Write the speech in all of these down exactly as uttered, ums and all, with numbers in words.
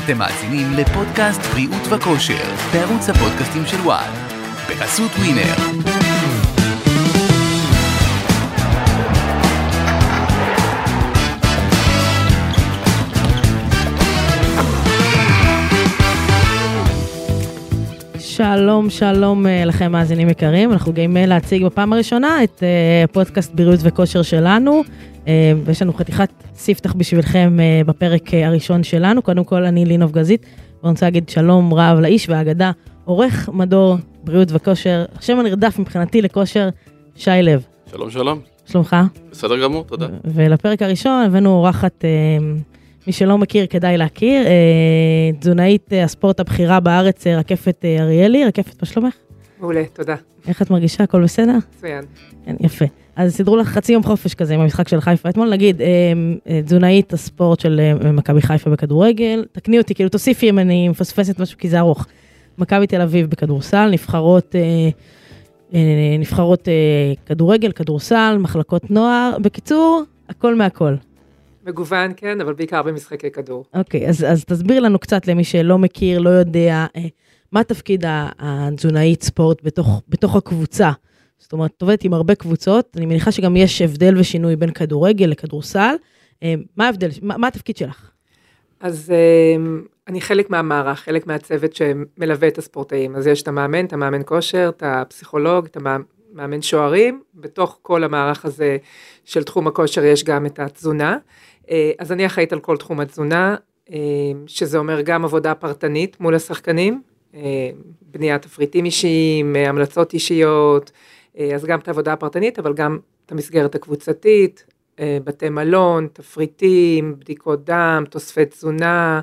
אתם מאזינים לפודקאסט בריאות וכושר, בערוץ הפודקאסטים של וואן, בחסות ווינר. שלום, שלום לכם מאזינים יקרים, אנחנו גאים להציג בפעם הראשונה את פודקאסט בריאות וכושר שלנו, ויש לנו חתיכת ספתח בשבילכם בפרק הראשון שלנו. קודם כל אני לינוב גזית, ואני רוצה להגיד שלום רב לאיש והאגדה, עורך מדור בריאות וכושר, השם הנרדף מבחינתי לכושר, שי לב. שלום שלום. שלומך? בסדר גמור, תודה. ולפרק הראשון הבאנו אורחת, מי שלא מכיר כדאי להכיר, תזונאית הספורט הבכירה בארץ, רקפת אריאלי. רקפת, מה שלומך? מעולה, תודה. איך את מרגישה? הכל בסדר? מצוין. כן, יפה. אז סידרו לך חצי יום חופש כזה עם המשחק של חיפה. אתמול נגיד, תזונאית הספורט של מכבי חיפה בכדורגל, תקני אותי, כאילו תוסיפי אם אני מפספסת משהו כי זה ארוך. מכבי תל אביב בכדורסל, נבחרות, נבחרות כדורגל, כדורסל, מחלקות נוער, בקיצור, הכל מהכל. מגוון, כן, אבל בעיקר במשחקי כדור. אוקיי, אז, אז תסביר לנו קצת למי שלא מכיר, לא יודע, מה תפקיד התזונאית ספורט בתוך, בתוך הקבוצה? זאת אומרת, את עובדת עם הרבה קבוצות, אני מניחה שגם יש הבדל ושינוי בין כדורגל לכדורסל. מה ההבדל? מה, מה התפקיד שלך? אז אני חלק מהמערך, חלק מהצוות שמלווה את הספורטאים. אז יש את המאמן, את המאמן כושר, את הפסיכולוג, את המאמן שוערים. בתוך כל המערך הזה של תחום הכושר יש גם את התזונה. אז אני אחראית על כל תחום התזונה, שזה אומר גם עבודה פרטנית מול השחקנים, בניית תפריטים אישיים, המלצות אישיות, אז גם את העבודה הפרטנית, אבל גם את המסגרת הקבוצתית, בתי מלון, תפריטים, בדיקות דם, תוספי תזונה,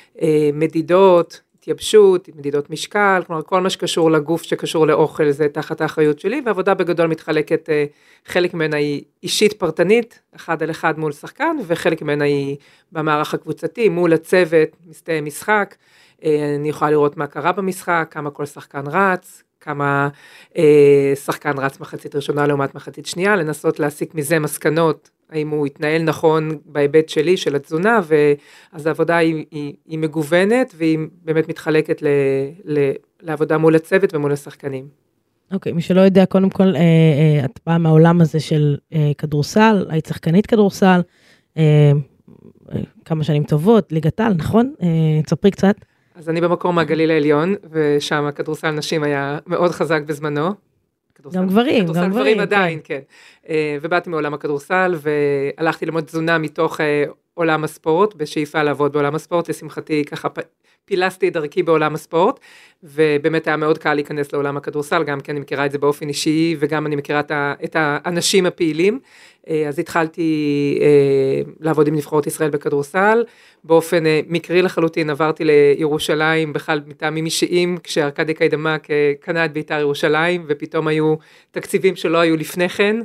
מדידות, התייבשות, מדידות משקל, כלומר כל מה שקשור לגוף שקשור לאוכל זה תחת האחריות שלי, והעבודה בגדול מתחלקת, חלק ממנה היא אישית פרטנית, אחד על אחד מול שחקן, וחלק ממנה היא במערך הקבוצתי, מול הצוות, מסתיים משחק, אני יכולה לראות מה קרה במשחק, כמה כל שחקן רץ, כמה אה, שחקן רץ מחצית ראשונה לעומת מחצית שנייה, לנסות להסיק מזה מסקנות, האם הוא יתנהל נכון בהיבט שלי, של התזונה, ואז העבודה היא, היא, היא מגוונת, והיא באמת מתחלקת ל, ל, לעבודה מול הצוות ומול השחקנים. אוקיי, מי שלא יודע, קודם כל, אה, אה, את באה מהעולם הזה של אה, כדורסל, היית שחקנית כדורסל, אה, אה, כמה שנים טובות, ליגת העל, נכון? אה, תספרי קצת. אז אני במקום מהגליל העליון, ושם הכדורסל נשים היה מאוד חזק בזמנו. גם גברים, גם גברים. כדורסל גברים עדיין, כן. ובאתי מעולם הכדורסל, והלכתי ללמוד תזונה מתוך עולם הספורט, בשאיפה לעבוד בעולם הספורט, לשמחתי ככה פילסתי את דרכי בעולם הספורט, ובאמת היה מאוד קל להיכנס לעולם הכדורסל, גם כי אני מכירה את זה באופן אישי, וגם אני מכירה את האנשים הפעילים, אז התחלתי לעבוד עם נבחרות ישראל בכדורסל, באופן מקרי לחלוטין עברתי לירושלים, בכלל מטעמים אישיים, כשארקדי קיידמק קנה את בית"ר ירושלים, ופתאום היו תקציבים שלא היו לפני כן,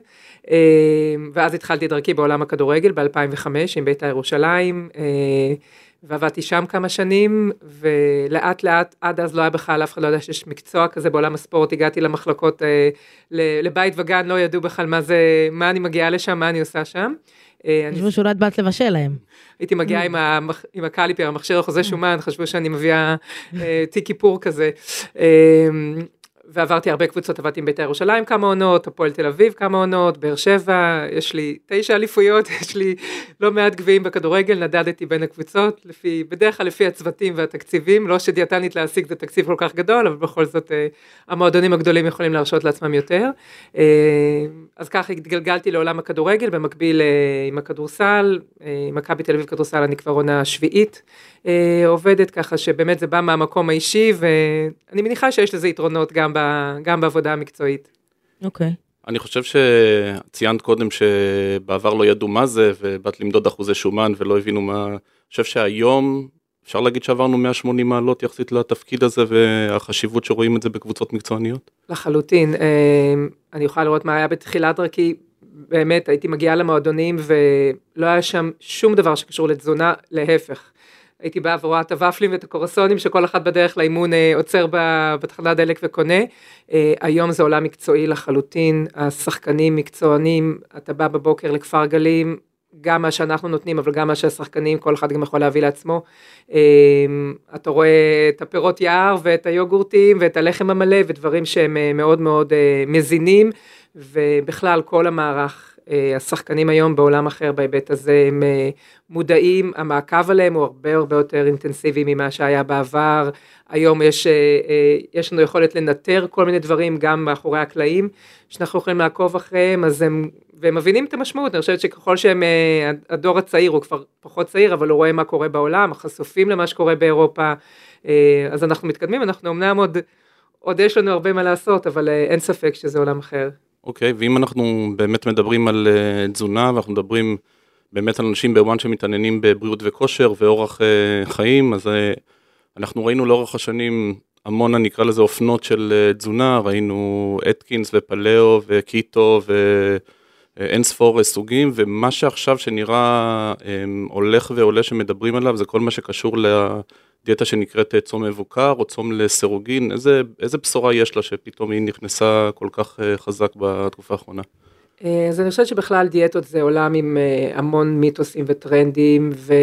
ואז התחלתי דרכי בעולם הכדורגל ב-אלפיים וחמש עם בית"ר ירושלים, ועבדתי שם כמה שנים, ולאט לאט, עד אז לא היה בכלל, אף אחד לא יודע שיש מקצוע כזה בעולם הספורט, הגעתי למחלקות, לבית וגן, לא ידעו בכלל מה זה, מה אני מגיעה לשם, מה אני עושה שם. חשבו שאולי את באת לבשל להם. הייתי מגיעה עם הקליפר, המכשיר החוזה שומן, חשבו שאני מביאה תיק כיפור כזה. ועברתי הרבה קבוצות, עבדתי עם בית"ר ירושלים כמה עונות, הפועל תל אביב כמה עונות, באר שבע, יש לי תשע אליפויות, יש לי לא מעט גביעים בכדורגל, נדדתי בין הקבוצות, לפי, בדרך כלל לפי הצוותים והתקציבים, לא שדיאטנית להשיג זה תקציב כל כך גדול, אבל בכל זאת המועדונים הגדולים יכולים להרשות לעצמם יותר. אז ככה התגלגלתי לעולם הכדורגל, במקביל עם הכדורסל, עם מכבי תל אביב כדורסל, אני כבר עונה שביעית, עובדת ככה שבאמת זה בא מהמקום האישי, ואני מניחה שיש לזה יתרונות גם, ב, גם בעבודה המקצועית. אוקיי. Okay. אני חושב שציינת קודם שבעבר לא ידעו מה זה, ובאת למדוד אחוזי שומן ולא הבינו מה, אני חושב שהיום אפשר להגיד שעברנו מאה ושמונים מעלות יחסית לתפקיד הזה, והחשיבות שרואים את זה בקבוצות מקצועניות. לחלוטין, אני יכולה לראות מה היה בתחילת דרכי, באמת הייתי מגיעה למועדונים, ולא היה שם שום דבר שקשור לתזונה, להפך. הייתי באה ורואה את הוואפלים ואת הקורסונים, שכל אחד בדרך לאימון עוצר בתחנת דלק וקונה. היום זה עולם מקצועי לחלוטין, השחקנים מקצוענים, אתה בא בבוקר לכפר גלים, גם מה שאנחנו נותנים, אבל גם מה שהשחקנים, כל אחד גם יכול להביא לעצמו. אתה רואה את הפירות יער, ואת היוגורטים, ואת הלחם המלא, ודברים שהם מאוד מאוד מזינים, ובכלל כל המערך, השחקנים היום בעולם אחר בהיבט הזה, הם מודעים, המעקב עליהם הוא הרבה הרבה יותר אינטנסיבי ממה שהיה בעבר, היום יש, יש לנו יכולת לנטר כל מיני דברים, גם מאחורי הקלעים, שאנחנו יכולים לעקוב אחריהם, אז הם, והם מבינים את המשמעות, אני חושבת שככל שהם, הדור הצעיר הוא כבר פחות צעיר, אבל הוא רואה מה קורה בעולם, חשופים למה שקורה באירופה, אז אנחנו מתקדמים, אנחנו אמנם עוד, עוד יש לנו הרבה מה לעשות, אבל אין ספק שזה עולם אחר. אוקיי, ואם אנחנו באמת מדברים על uh, תזונה, ואנחנו מדברים באמת על אנשים בוואן שמתעניינים בבריאות וכושר ואורח uh, חיים, אז uh, אנחנו ראינו לאורך השנים המון, אני אקרא לזה אופנות של uh, תזונה, ראינו אטקינס ופלאו וקיטו ואין ספור סוגים, ומה שעכשיו שנראה um, הולך ועולה שמדברים עליו, זה כל מה שקשור לדיאטה שנקראת צום מבוקר או צום לסירוגין, איזה, איזה בשורה יש לה שפתאום היא נכנסה כל כך uh, חזק בתקופה האחרונה? אז אני חושבת שבכלל דיאטות זה עולם עם uh, המון מיתוסים וטרנדים, ו...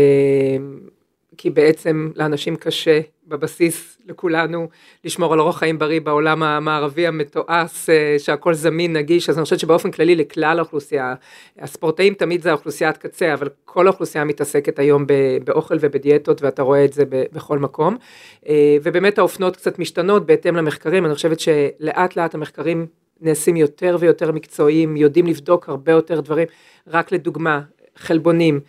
כי בעצם לאנשים קשה בבסיס לכולנו לשמור על אורח חיים בריא בעולם המערבי המתועש, שהכל זמין, נגיש, אז אני חושבת שבאופן כללי לכלל האוכלוסייה, הספורטאים תמיד זה האוכלוסיית קצה, אבל כל האוכלוסייה מתעסקת היום באוכל ובדיאטות, ואתה רואה את זה בכל מקום, ובאמת האופנות קצת משתנות בהתאם למחקרים, אני חושבת שלאט לאט המחקרים נעשים יותר ויותר מקצועיים, יודעים לבדוק הרבה יותר דברים, רק לדוגמה, חלבונים,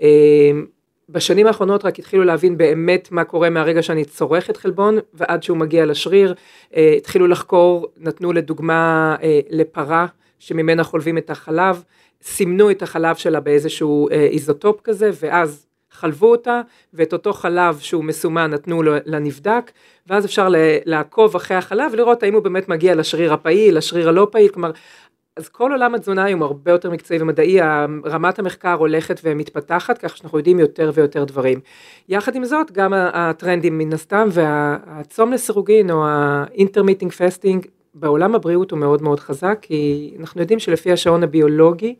בשנים האחרונות רק התחילו להבין באמת מה קורה מהרגע שאני צורכת חלבון, ועד שהוא מגיע לשריר, התחילו לחקור, נתנו לדוגמה לפרה, שממנה חולבים את החלב, סימנו את החלב שלה באיזשהו איזוטופ כזה, ואז חלבו אותה, ואת אותו חלב שהוא מסומן נתנו לנבדק, ואז אפשר לעקוב אחרי החלב, ולראות האם הוא באמת מגיע לשריר הפעיל, לשריר הלא פעיל, כלומר, אז כל עולם התזונה הוא הרבה יותר מקצועי ומדעי, רמת המחקר הולכת ומתפתחת, כך שאנחנו יודעים יותר ויותר דברים. יחד עם זאת, גם הטרנדים מן הסתם, והצום לסירוגין, או ה-intermittent fasting, בעולם הבריאות הוא מאוד מאוד חזק, כי אנחנו יודעים שלפי השעון הביולוגי,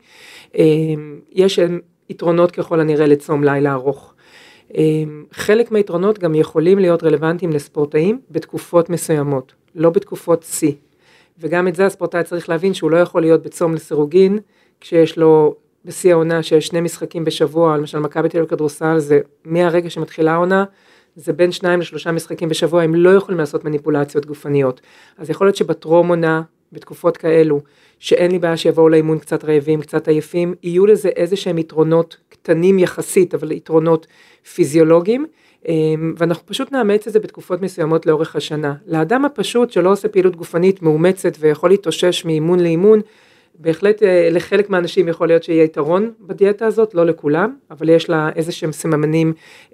יש יתרונות ככל הנראה לצום לילה ארוך. חלק מהיתרונות גם יכולים להיות רלוונטיים לספורטאים, בתקופות מסוימות, לא בתקופות C. וגם את זה הספורטאי צריך להבין שהוא לא יכול להיות בצום לסירוגין, כשיש לו בשיא העונה שיש שני משחקים בשבוע, למשל מכבי תל אביב כדורסל, זה מהרגע שמתחילה העונה, זה בין שניים לשלושה משחקים בשבוע, הם לא יכולים לעשות מניפולציות גופניות. אז יכול להיות שבטרום עונה, בתקופות כאלו, שאין לי בעיה שיבואו לאימון קצת רעבים, קצת עייפים, יהיו לזה איזה שהם יתרונות קטנים יחסית, אבל יתרונות פיזיולוגיים, ואנחנו פשוט נאמץ את זה בתקופות מסוימות לאורך השנה. לאדם הפשוט שלא עושה פעילות גופנית מאומצת ויכול להתאושש מאימון לאימון, בהחלט לחלק מהאנשים יכול להיות שיהיה יתרון בדיאטה הזאת, לא לכולם, אבל יש לה איזה שהם סממנים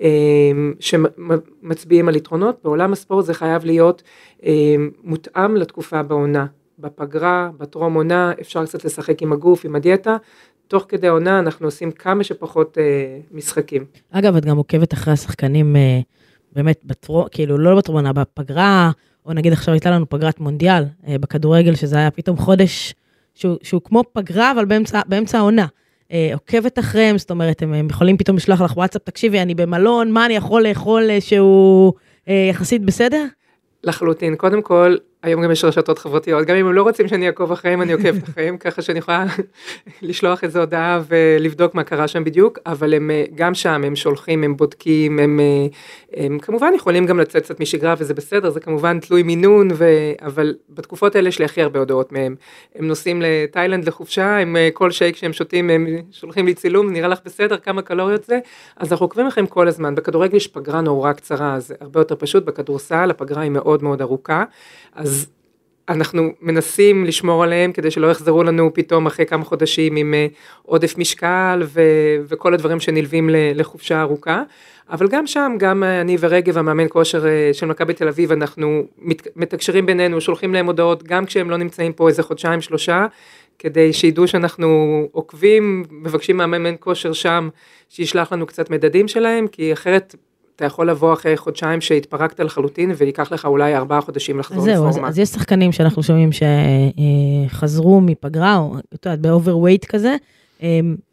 שמצביעים על יתרונות. בעולם הספורט זה חייב להיות מותאם לתקופה בעונה. בפגרה, בטרום עונה, אפשר קצת לשחק עם הגוף, עם הדיאטה, תוך כדי עונה אנחנו עושים כמה שפחות אה, משחקים. אגב, את גם עוקבת אחרי השחקנים, אה, באמת, בטרום, כאילו לא בטרום עונה, בפגרה, או נגיד עכשיו הייתה לנו פגרת מונדיאל, אה, בכדורגל, שזה היה פתאום חודש, שהוא, שהוא כמו פגרה, אבל באמצע, באמצע העונה. אה, עוקבת אחריהם, זאת אומרת, הם, הם יכולים פתאום לשלוח לך וואטסאפ, תקשיבי, אני במלון, מה אני יכול לאכול שהוא אה, יחסית בסדר? לחלוטין, קודם כל, היום גם יש רשתות חברתיות, גם אם הם לא רוצים שאני אעקוב אחריהם, אני עוקבת אחריהם, ככה שאני יכולה לשלוח איזו הודעה ולבדוק מה קרה שם בדיוק, אבל הם גם שם, הם שולחים, הם בודקים, הם, הם כמובן יכולים גם לצאת קצת משגרה, וזה בסדר, זה כמובן תלוי מינון, ו... אבל בתקופות האלה יש לי הכי הרבה הודעות מהם. הם נוסעים לתאילנד לחופשה, הם כל שייק שהם שותים, הם שולחים לי צילום, נראה לך בסדר, כמה קלוריות זה, אז אנחנו עוקבים לכם כל הזמן. בכדורגל יש פגרה נורא קצרה, אז הרבה יותר פשוט, בכדורסל הפגרה היא מאוד מאוד ארוכה, אז אנחנו מנסים לשמור עליהם, כדי שלא יחזרו לנו פתאום אחרי כמה חודשים עם עודף משקל, ו- וכל הדברים שנלווים לחופשה ארוכה, אבל גם שם, גם אני ורגב, המאמן כושר של מכבי תל אביב, אנחנו מתקשרים בינינו, שולחים להם הודעות, גם כשהם לא נמצאים פה איזה חודשיים, שלושה, כדי שידעו שאנחנו עוקבים, מבקשים מהמאמן כושר שם, שישלח לנו קצת מדדים שלהם, כי אחרת אתה יכול לבוא אחרי חודשיים שהתפרקת לחלוטין, ויקח לך אולי ארבעה חודשים לחזור לפורמה. זהו, אז, אז יש שחקנים שאנחנו שומעים שחזרו מפגרה, או באוברווייט כזה,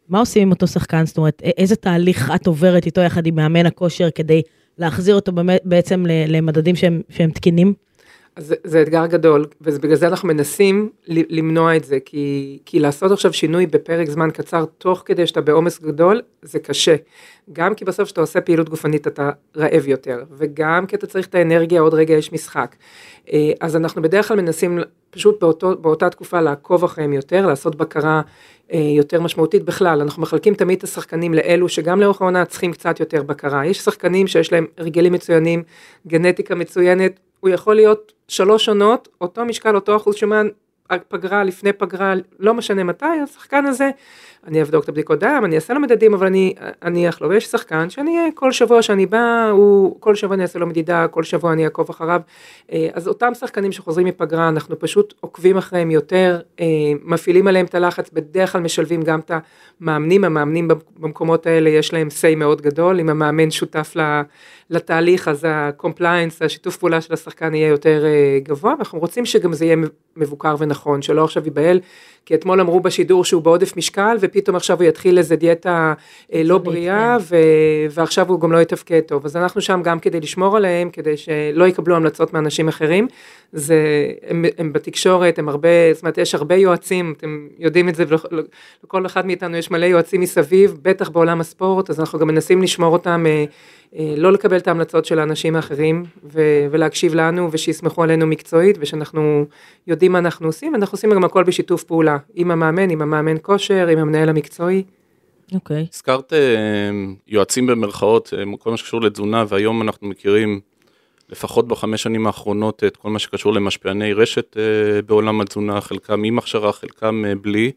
מה עושים עם אותו שחקן? זאת אומרת, איזה תהליך את עוברת איתו יחד עם מאמן הכושר, כדי להחזיר אותו בעצם למדדים שהם, שהם תקינים? אז זה אתגר גדול, ובגלל זה אנחנו מנסים למנוע את זה, כי, כי לעשות עכשיו שינוי בפרק זמן קצר, תוך כדי שאתה בעומס גדול, זה קשה. גם כי בסוף שאתה עושה פעילות גופנית, אתה רעב יותר, וגם כי אתה צריך את האנרגיה, עוד רגע יש משחק. אז אנחנו בדרך כלל מנסים פשוט באותו, באותה תקופה לעקוב אחריהם יותר, לעשות בקרה יותר משמעותית בכלל. אנחנו מחלקים תמיד את השחקנים לאלו, שגם לאורך העונה צריכים קצת יותר בקרה. יש שחקנים שיש להם הרגלים מצוינים, גנטיקה מצוינת, הוא יכול להיות שלוש עונות, אותו משקל, אותו אחוז שומן, פגרה, לפני פגרה, לא משנה מתי, השחקן הזה, אני אבדוק את הבדיקות דם, אני אעשה לו מדדים, אבל אני אניח לו, ויש שחקן שאני אהיה כל שבוע שאני בא, הוא, כל שבוע אני אעשה לו מדידה, כל שבוע אני אעקוב אחריו, אז אותם שחקנים שחוזרים מפגרה, אנחנו פשוט עוקבים אחריהם יותר, מפעילים עליהם את הלחץ, בדרך כלל משלבים גם את המאמנים, המאמנים במקומות האלה, יש להם say מאוד גדול, אם המאמן שותף לתהליך, אז ה-compliance, השיתוף פעולה של השחקן יהיה יותר גבוה, ואנחנו רוצים שגם זה יהיה מבוקר ונכון, שלא עכשיו ייבהל, כי אתמול אמרו בשידור שהוא בעודף משקל, ופתאום עכשיו הוא יתחיל איזה דיאטה לא בריאה, ועכשיו הוא גם לא יתפקד טוב. אז אנחנו שם גם כדי לשמור עליהם, כדי שלא יקבלו המלצות מאנשים אחרים. זה, הם, הם בתקשורת, הם הרבה, זאת אומרת, יש הרבה יועצים, אתם יודעים את זה, ולכל אחד מאיתנו יש מלא יועצים מסביב, בטח בעולם הספורט, אז אנחנו גם מנסים לשמור אותם, לא לקבל את ההמלצות של האנשים האחרים, ולהקשיב לנו, ושיסמכו עלינו מקצועית, ושאנחנו יודעים מה אנחנו עושים, ואנחנו עושים גם הכל בשיתוף פעולה, עם המאמן, עם המאמן כושר, עם המנהל המקצועי. אוקיי. הזכרת יועצים במרכאות, כל מה שקשור לתזונה, והיום אנחנו מכירים, לפחות בחמש שנים האחרונות, את כל מה שקשור למשפיעני רשת בעולם התזונה, חלקם עם הכשרה, חלקם בלי,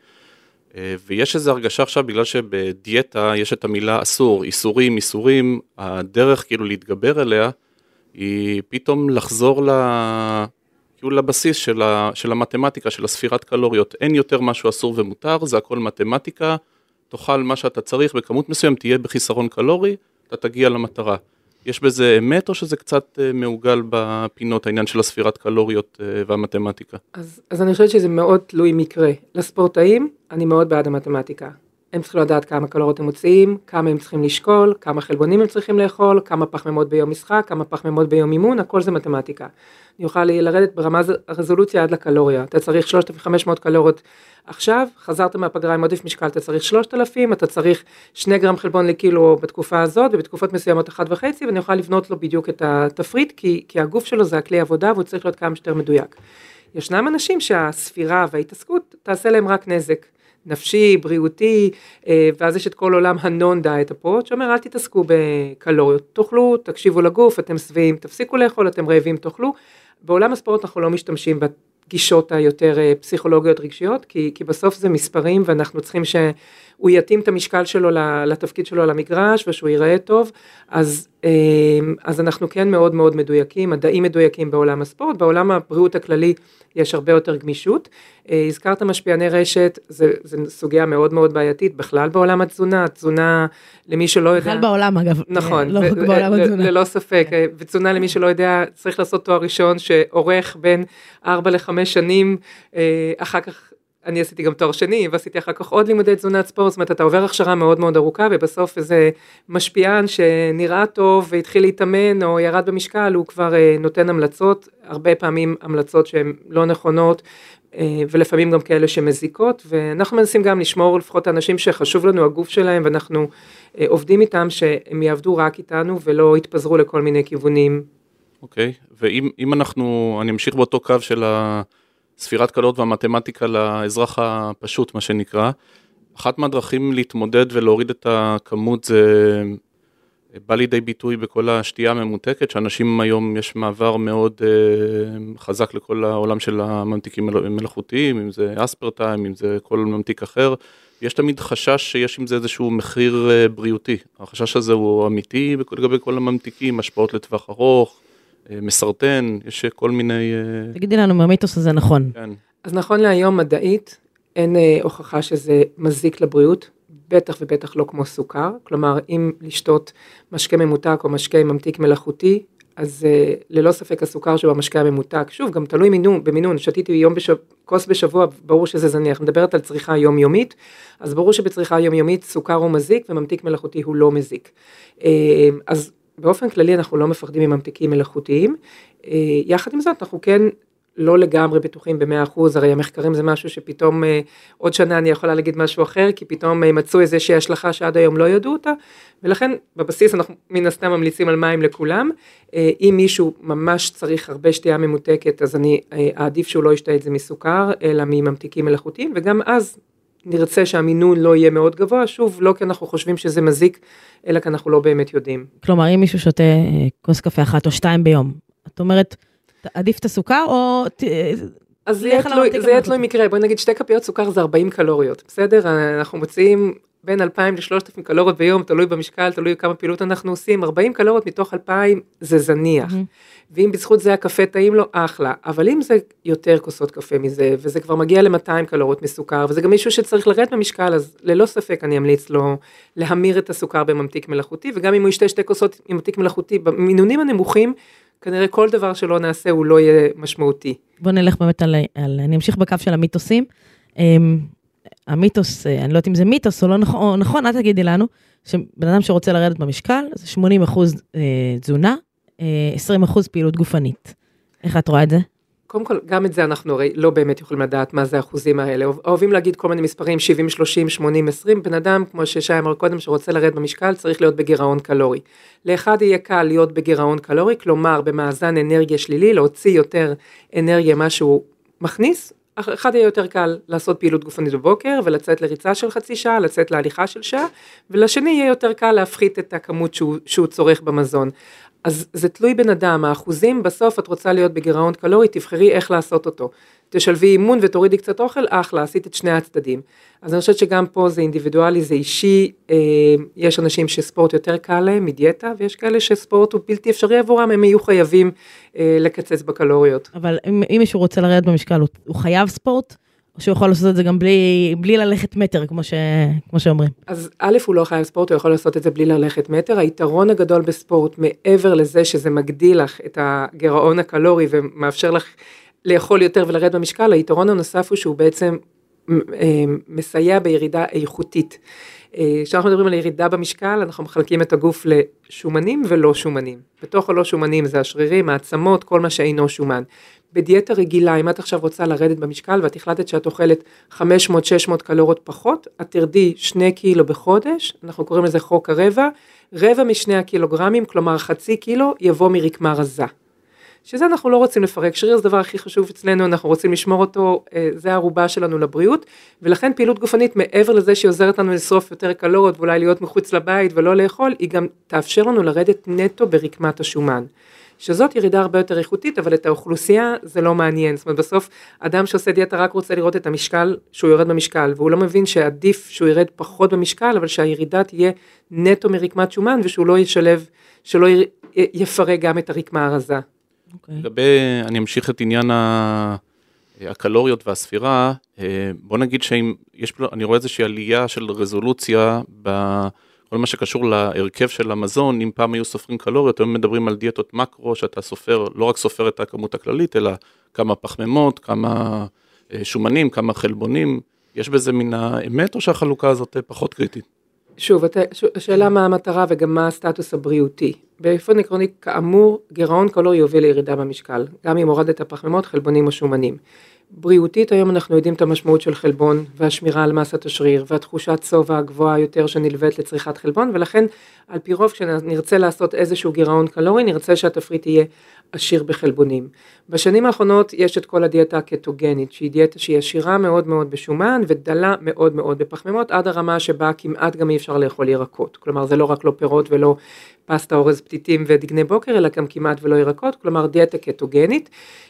ויש איזו הרגשה עכשיו, בגלל שבדיאטה יש את המילה אסור, איסורים, איסורים, הדרך כאילו להתגבר אליה, היא פתאום לחזור ל... כאילו לבסיס של, ה... של המתמטיקה, של הספירת קלוריות. אין יותר משהו אסור ומותר, זה הכל מתמטיקה, תאכל מה שאתה צריך, בכמות מסוים תהיה בחיסרון קלורי, אתה תגיע למטרה. יש בזה אמת או שזה קצת מעוגל בפינות, העניין של הספירת קלוריות והמתמטיקה? אז, אז אני חושבת שזה מאוד תלוי מקרה. לספורטאים, אני מאוד בעד המתמטיקה. הם צריכים לדעת כמה קלוריות הם מוציאים, כמה הם צריכים לשקול, כמה חלבונים הם צריכים לאכול, כמה פחמימות ביום משחק, כמה פחמימות ביום אימון, הכל זה מתמטיקה. אני אוכל לרדת ברמה הרזולוציה עד לקלוריה. אתה צריך שלושת אלפים וחמש מאות קלוריות עכשיו, חזרת מהפגרה עם עודף משקל, אתה צריך שלושת אלפים, אתה צריך שני גרם חלבון לקילו בתקופה הזאת, ובתקופות מסוימות אחת וחצי, ואני אוכל לבנות לו בדיוק את התפריט, כי, כי הגוף שלו זה הכלי עבודה, והוא צריך להיות כמה שיותר מדויק. ישנם אנשים שהספירה וההתעסקות תעשה להם רק נזק. נפשי, בריאותי, ואז יש את כל עולם הנון דיאט אפרוץ', שאומר, אל תתעסקו בקלוריות, תאכלו, תקשיבו לגוף, אתם שבעים, תפסיקו לאכול, אתם רעבים, תאכלו. בעולם הספורט אנחנו לא משתמשים בגישות היותר פסיכולוגיות רגשיות, כי, כי בסוף זה מספרים, ואנחנו צריכים שהוא יתאים את המשקל שלו לתפקיד שלו על המגרש, ושהוא ייראה טוב, אז, אז אנחנו כן מאוד מאוד מדויקים, מדעים מדויקים בעולם הספורט, בעולם הבריאות הכללי יש הרבה יותר גמישות. הזכרת משפיעני רשת, זה, זה סוגיה מאוד מאוד בעייתית, בכלל בעולם התזונה, תזונה למי שלא יודע... בכלל בעולם אגב, נכון, לא רק בעולם התזונה. ללא ספק, ותזונה למי שלא יודע, צריך לעשות תואר ראשון שעורך בין ארבע לחמש שנים, אחר כך אני עשיתי גם תואר שני, ועשיתי אחר כך עוד לימודי תזונת ספורט, זאת אומרת, אתה עובר הכשרה מאוד מאוד ארוכה, ובסוף איזה משפיען שנראה טוב, והתחיל להתאמן, או ירד במשקל, הוא כבר נותן המלצות, הרבה פעמים המלצות שהן לא נכונות, ולפעמים גם כאלה שמזיקות, ואנחנו מנסים גם לשמור לפחות האנשים שחשוב לנו הגוף שלהם, ואנחנו עובדים איתם שהם יעבדו רק איתנו, ולא יתפזרו לכל מיני כיוונים. אוקיי, ואם אנחנו, אני אמשיך באותו קו של ה... ספירת קלוריות והמתמטיקה לאזרח הפשוט, מה שנקרא. אחת מהדרכים להתמודד ולהוריד את הכמות זה בא לידי ביטוי בכל השתייה הממותקת, שאנשים היום יש מעבר מאוד חזק לכל העולם של הממתיקים מלאכותיים, אם זה אספרטיים, אם זה כל ממתיק אחר. יש תמיד חשש שיש עם זה איזשהו מחיר בריאותי. החשש הזה הוא אמיתי לגבי כל הממתיקים, השפעות לטווח ארוך, מסרטן, יש כל מיני... תגידי לנו, מהמיתוס הזה נכון. כן. אז נכון להיום מדעית, אין הוכחה שזה מזיק לבריאות, בטח ובטח לא כמו סוכר, כלומר, אם לשתות משקה ממותק או משקה ממתיק מלאכותי, אז ללא ספק הסוכר שבמשקה הממותק, שוב, גם תלוי מינון, במינון, שתיתי יום בשב, כוס בשבוע, ברור שזה זניח, מדברת על צריכה יומיומית, אז ברור שבצריכה יומיומית סוכר הוא מזיק, וממתיק מלאכותי הוא לא מזיק. אז באופן כללי אנחנו לא מפחדים מממתיקים מלאכותיים, יחד עם זאת אנחנו כן לא לגמרי בטוחים ב-מאה אחוז, הרי המחקרים זה משהו שפתאום אה, עוד שנה אני יכולה להגיד משהו אחר, כי פתאום אה, מצאו איזושהי השלכה שעד היום לא ידעו אותה, ולכן בבסיס אנחנו מן הסתם ממליצים על מים לכולם, אה, אם מישהו ממש צריך הרבה שתייה ממותקת, אז אני אה, אעדיף שהוא לא ישתה את זה מסוכר, אלא מממתיקים מלאכותיים, וגם אז נרצה שהמינון לא יהיה מאוד גבוה, שוב, לא כי אנחנו חושבים שזה מזיק, אלא כי אנחנו לא באמת יודעים. כלומר, אם מישהו שותה אה, כוס קפה אחת או שתיים ביום, את אומרת, עדיף את הסוכר או... אז זה יהיה תלוי מקרה, בואי נגיד שתי כפיות סוכר זה ארבעים קלוריות, בסדר? אנחנו מוציאים בין אלפיים ל-שלושת אלפים קלוריות ביום, תלוי במשקל, תלוי כמה פעילות אנחנו עושים, ארבעים קלוריות מתוך אלפיים זה זניח, ואם בזכות זה הקפה טעים לו, אחלה, אבל אם זה יותר כוסות קפה מזה, וזה כבר מגיע ל-מאתיים קלוריות מסוכר, וזה גם מישהו שצריך לרדת במשקל, אז ללא ספק אני אמליץ לו להמיר את הסוכר בממתיק מלאכותי, וגם אם הוא ישתה שתי כוסות עם ממתיק מלאכותי, במינונים הנמוכים, כנראה כל דבר שלא נעשה הוא לא יהיה משמעותי. בוא נלך באמת על, על אני אמשיך בקו של המיתוסים. המיתוס, אני לא יודעת אם זה מיתוס או לא נכון, נכון, את תגידי לנו, שבן אדם שרוצה לרדת במשקל, זה שמונים אחוז תזונה, עשרים אחוז פעילות גופנית. איך את רואה את זה? קודם כל, גם את זה אנחנו הרי לא באמת יכולים לדעת מה זה האחוזים האלה. אוהבים להגיד כל מיני מספרים, שבעים, שלושים, שמונים, עשרים, בן אדם, כמו ששי אמר קודם, שרוצה לרדת במשקל, צריך להיות בגירעון קלורי. לאחד יהיה קל להיות בגירעון קלורי, כלומר, במאזן אנרגיה שלילי, להוציא יותר אנרגיה מה שהוא מכניס, אחד יהיה יותר קל לעשות פעילות גופנית בבוקר, ולצאת לריצה של חצי שעה, לצאת להליכה של שעה, ולשני יהיה יותר קל להפחית את הכמות שהוא, שהוא צורך במזון. אז זה תלוי בן אדם, האחוזים, בסוף את רוצה להיות בגירעון קלורי, תבחרי איך לעשות אותו. תשלבי אימון ותורידי קצת אוכל, אחלה, עשית את שני הצדדים. אז אני חושבת שגם פה זה אינדיבידואלי, זה אישי, יש אנשים שספורט יותר קל להם מדיאטה, ויש כאלה שספורט הוא בלתי אפשרי עבורם, הם יהיו חייבים לקצץ בקלוריות. אבל אם, אם מישהו רוצה לרדת במשקל, הוא, הוא חייב ספורט? או שהוא יכול לעשות את זה גם בלי, בלי ללכת מטר, כמו, ש, כמו שאומרים. אז א', הוא לא חייב ספורט, הוא יכול לעשות את זה בלי ללכת מטר. היתרון הגדול בספורט, מעבר לזה שזה מגדיל לך את הגירעון הקלורי, ומאפשר לך לאכול יותר ולרד במשקל, היתרון הנוסף הוא שהוא בעצם מסייע בירידה איכותית. כשאנחנו מדברים על ירידה במשקל, אנחנו מחלקים את הגוף לשומנים ולא שומנים. בתוך הלא שומנים זה השרירים, העצמות, כל מה שאינו שומן. בדיאטה רגילה, אם את עכשיו רוצה לרדת במשקל, ואת החלטת שאת אוכלת חמש מאות שש מאות קלוריות פחות, את תרדי שני קילו בחודש, אנחנו קוראים לזה חוק הרבע, רבע משני הקילוגרמים, כלומר חצי קילו, יבוא מרקמה רזה. שזה אנחנו לא רוצים לפרק, שריר זה הדבר הכי חשוב אצלנו, אנחנו רוצים לשמור אותו, זה הערובה שלנו לבריאות, ולכן פעילות גופנית מעבר לזה שהיא עוזרת לנו לשרוף יותר קלוריות, ואולי להיות מחוץ לבית ולא לאכול, היא גם תאפשר לנו לרדת נטו ברקמת השומן. שזאת ירידה הרבה יותר איכותית, אבל את האוכלוסייה זה לא מעניין, זאת אומרת בסוף אדם שעושה דיאטה רק רוצה לראות את המשקל, שהוא יורד במשקל, והוא לא מבין שעדיף שהוא ירד פחות במשקל, אבל שהירידה תהיה נטו מרקמת שומן, ושהוא לא ישלב, שלא יפרק גם את הרקמה הרזה. לגבי, אני אמשיך את עניין הקלוריות והספירה, בוא נגיד שאם, יש, אני רואה איזושהי עלייה של רזולוציה, בכל מה שקשור להרכב של המזון, אם פעם היו סופרים קלוריות, הם מדברים על דיאטות מקרו, שאתה סופר, לא רק סופר את הכמות הכללית, אלא כמה פחמימות, כמה שומנים, כמה חלבונים, יש בזה מן האמת, או שהחלוקה הזאת פחות קריטית? שוב, השאלה מה המטרה וגם מה הסטטוס הבריאותי. באופן עקרוני, כאמור, גירעון קלורי יוביל לירידה במשקל, גם אם הורדת הפחמימות, חלבונים או שומנים. בריאותית, היום אנחנו יודעים את המשמעות של חלבון, והשמירה על מסת השריר, והתחושת סובה הגבוהה יותר שנלווית לצריכת חלבון, ולכן, על פי רוב, כשנרצה לעשות איזשהו גירעון קלורי, נרצה שהתפריט יהיה עשיר בחלבונים. בשנים האחרונות יש את כל הדיאטה הקטוגנית, שהיא דיאטה שהיא עשירה מאוד מאוד בשומן, ודלה מאוד מאוד בפחמימות, עד הרמה שבה כמעט גם אי אפשר לאכול ירקות. כלומר, זה לא רק לא פירות ולא פסטה, אורז, פתיתים ודגני בוקר, אלא גם כמעט ולא ירקות, כלומר דיאטה קטוגנית,